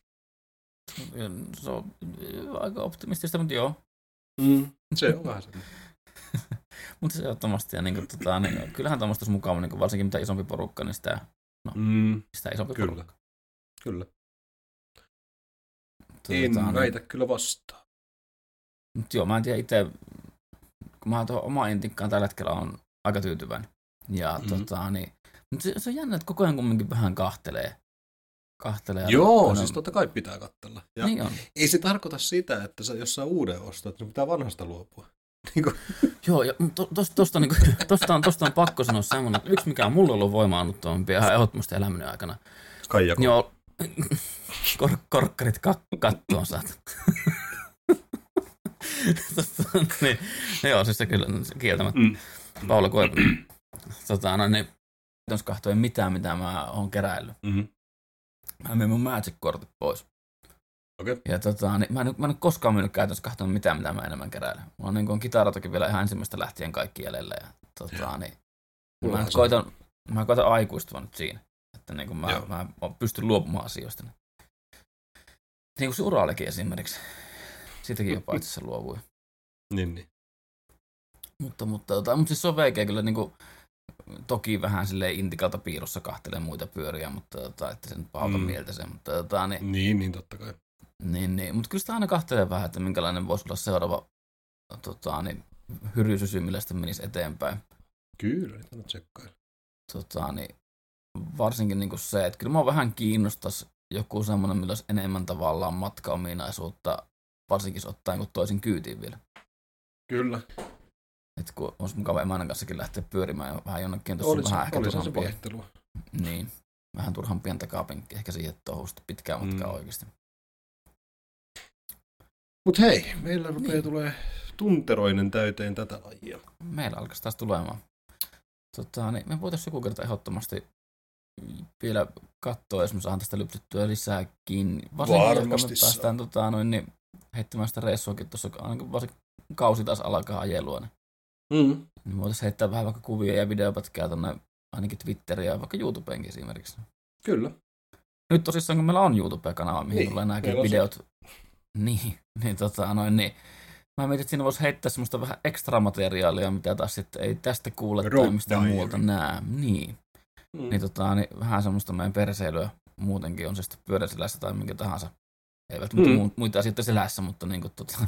Se on aika optimistista, mutta joo. Mm. Se on vähän semmoinen. Mutta se ehdottomasti, ja niin tota, niin, kyllähän tuommoista olisi mukava, niin varsinkin mitä isompi porukka, niin sitä, no, mm, sitä isompi kyllä, porukka. Kyllä. Tuota, en niin, väitä kyllä vastaan. Mutta joo, mä en tiedä itse, kun mä tuohon omaan intikkaan tällä hetkellä on aika tyytyväinen. Ja mm-hmm. tota, niin, mutta se, se on jännä, että koko ajan kumminkin vähän kahtelee. kahtelee joo, aina, siis totta kai pitää katsella. Ja niin on. Ei se tarkoita sitä, että sä jossain uuden ostat, että pitää vanhasta luopua. Joo, ja to, tosta, tosta, niin kuin, tosta, on, tosta on pakko sanoa semmoinen, että yksi mikä on mulla ollut voimaannuttomampi ihan ehdottomasti elämäni aikana. Kaijako. Joo, kor, korkkarit kak- kattoon saat. niin, joo, siis se kyllä kieltämättä. Mm. Paula Koivunen. Tota, no niin, jos kahtoen mitään, mitä mä oon keräillyt. Mm-hmm. Mä myin mun Magic-kortit pois. Okay. Ja tota, niin, mä, en, mä en ole koskaan mennyt käytännössä kahtoen mitään, mitä mä enemmän keräilen. Mulla on, niin on kitaratokin vielä ihan ensimmäistä lähtien kaikki jäljellä. Ja, tota, niin, mä, koitan, mä koitan aikuistua nyt siinä, että niin mä, mä pystyn luopumaan asioista. Niin kuin se Uralekin esimerkiksi. Siitäkin jopa itse asiassa luovui. Niin, niin. Mutta, mutta, tota, mutta siis se on veikeä kyllä niin kuin, toki vähän silleen intikalta piilossa kahtelee muita pyöriä, mutta tota, että se nyt pauta mm. mieltä sen. Mutta, tota, niin, niin, niin totta kai. Niin, niin. Mutta kyllä sitä aina kahtelee vähän, että minkälainen voisi olla seuraava tota, niin, hyrysysy, millä sitten menisi eteenpäin. Kyllä, niitä on tsekkailla. Tota, niin, varsinkin niin kuin se, että kyllä minua vähän kiinnostaisi joku semmoinen, millä olisi enemmän tavallaan matkaominaisuutta, varsinkin ottaen kuin toisin kyytiin vielä. Kyllä. Että kun olisi mukava emännän kanssakin lähteä pyörimään ja vähän jonnekin tuossa olisi, vähän ehkä turhampia. Se vaihtelua. Niin, vähän turhampien takapenkkiä ehkä siihen touhusta pitkään matkaa mm. oikeasti. Mut hei, meillä rupeaa niin. tulee tunteroinen täyteen tätä lajia. Meillä alkaisi taas tulemaan. Tota, niin me voitaisiin joku kerta ehdottomasti vielä katsoa, jos me saadaan tästä lypsyttyä lisääkin. Varsinkin, jos me päästään tota, noin, niin, heittämään sitä reissuakin tuossa, varsinkin kausi taas alkaa ajelua. Niin, mm. niin me voitaisiin heittää vähän vaikka kuvia ja videopätkää tuonne ainakin Twitteriä ja vaikka YouTubeenkin esimerkiksi. Kyllä. Nyt tosissaan, kun meillä on YouTube-kanava, mihin niin, tulee nämäkin videot. Se. Niin, niin, tota, noin, niin. Mä mietin, että siinä voisi heittää semmoista vähän ekstra materiaalia, mitä taas sitten ei tästä kuule Road tai mistään diary. Muualta näe. Niin. Mm. Niin, tota, niin vähän semmoista meidän perseilyä muutenkin on se sitten pyöräselässä tai minkä tahansa. Ei välttämättä mm. muita asioita selässä, mutta niin kuin tota...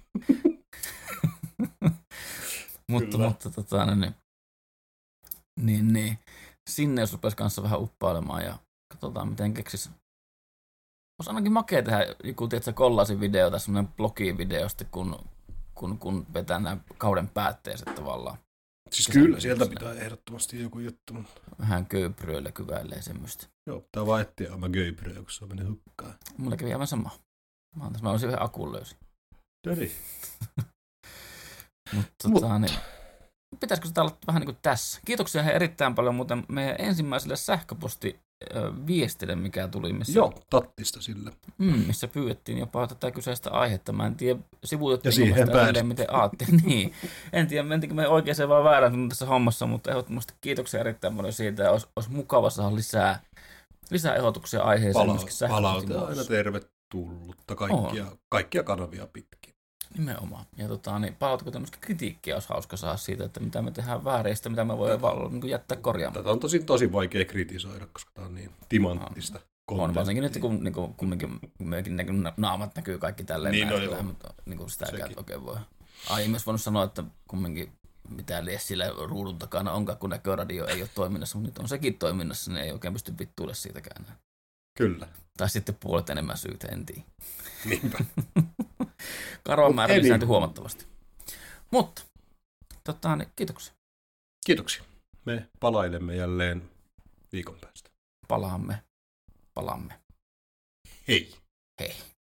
mutta, mutta tota, niin, niin, niin, sinne jos rupesi kanssa vähän uppailemaan ja katsotaan miten keksis. Olisi ainakin makea tehdä joku, tiedätkö, kollaasin video tai semmoinen blogi-video sitten, kun, kun, kun vetää nämä kauden päätteet tavallaan. Siis kyllä, sieltä pitää ehdottomasti joku juttu. Vähän köypröillä kyväilee semmoista. Joo, tää vaan etsiä oma köypröä, kun se on mennyt hukkaan. Mulla kävi aivan sama. Mä, antais, mä olisin yhden akun löysin. Töri. Mutta tota, niin, pitäisikö sitä olla vähän niin kuin tässä? Kiitoksia he erittäin paljon muuten meidän ensimmäiselle sähköpostiviestille, mikä tuli. Missä, Joo, tattista sille. Mm, missä pyydettiin jopa tätä kyseistä aihetta. Mä en tiedä, sivuutettiin ja siihen sitä miten aattiin. Niin. En tiedä, mentikö me oikeaan vai väärään tässä hommassa, mutta ehdottomasti kiitoksia erittäin paljon siitä. Ja olisi, olisi mukava saada lisää, lisää ehdotuksia aiheeseen. Pala- palaute on aina tervetullutta kaikkia, kaikkia kanavia pitkin. Nimenomaan. Ja tota, niin palautako tämmöistä kritiikkiä olisi hauska saada siitä, että mitä me tehdään vääreistä, mitä me voidaan niin jättää korjaamaan. Tätä on tosi, tosi vaikea kritisoida, koska tämä on niin timanttista. On varsinkin nyt, kun niin kuin, kumminkin mekin naamat näkyy kaikki tälleen. Niin, näin, no joo. mutta niin kuin sitäkään oikein voi. Ai, myös voinut sanoa, että kumminkin mitään lies sillä ruudun takana onkaan, kun näköradio ei ole toiminnassa, mutta nyt on sekin toiminnassa, niin ei oikein pysty vittuille siitäkään. Kyllä. Tai sitten puolet enemmän syytä, en tiedä. Niinpä. Karvan määrä lisääntyi huomattavasti. Mutta, tota, niin, kiitoksia. Kiitoksia. Me palailemme jälleen viikon päästä. Palaamme. Palaamme. Hei. Hei.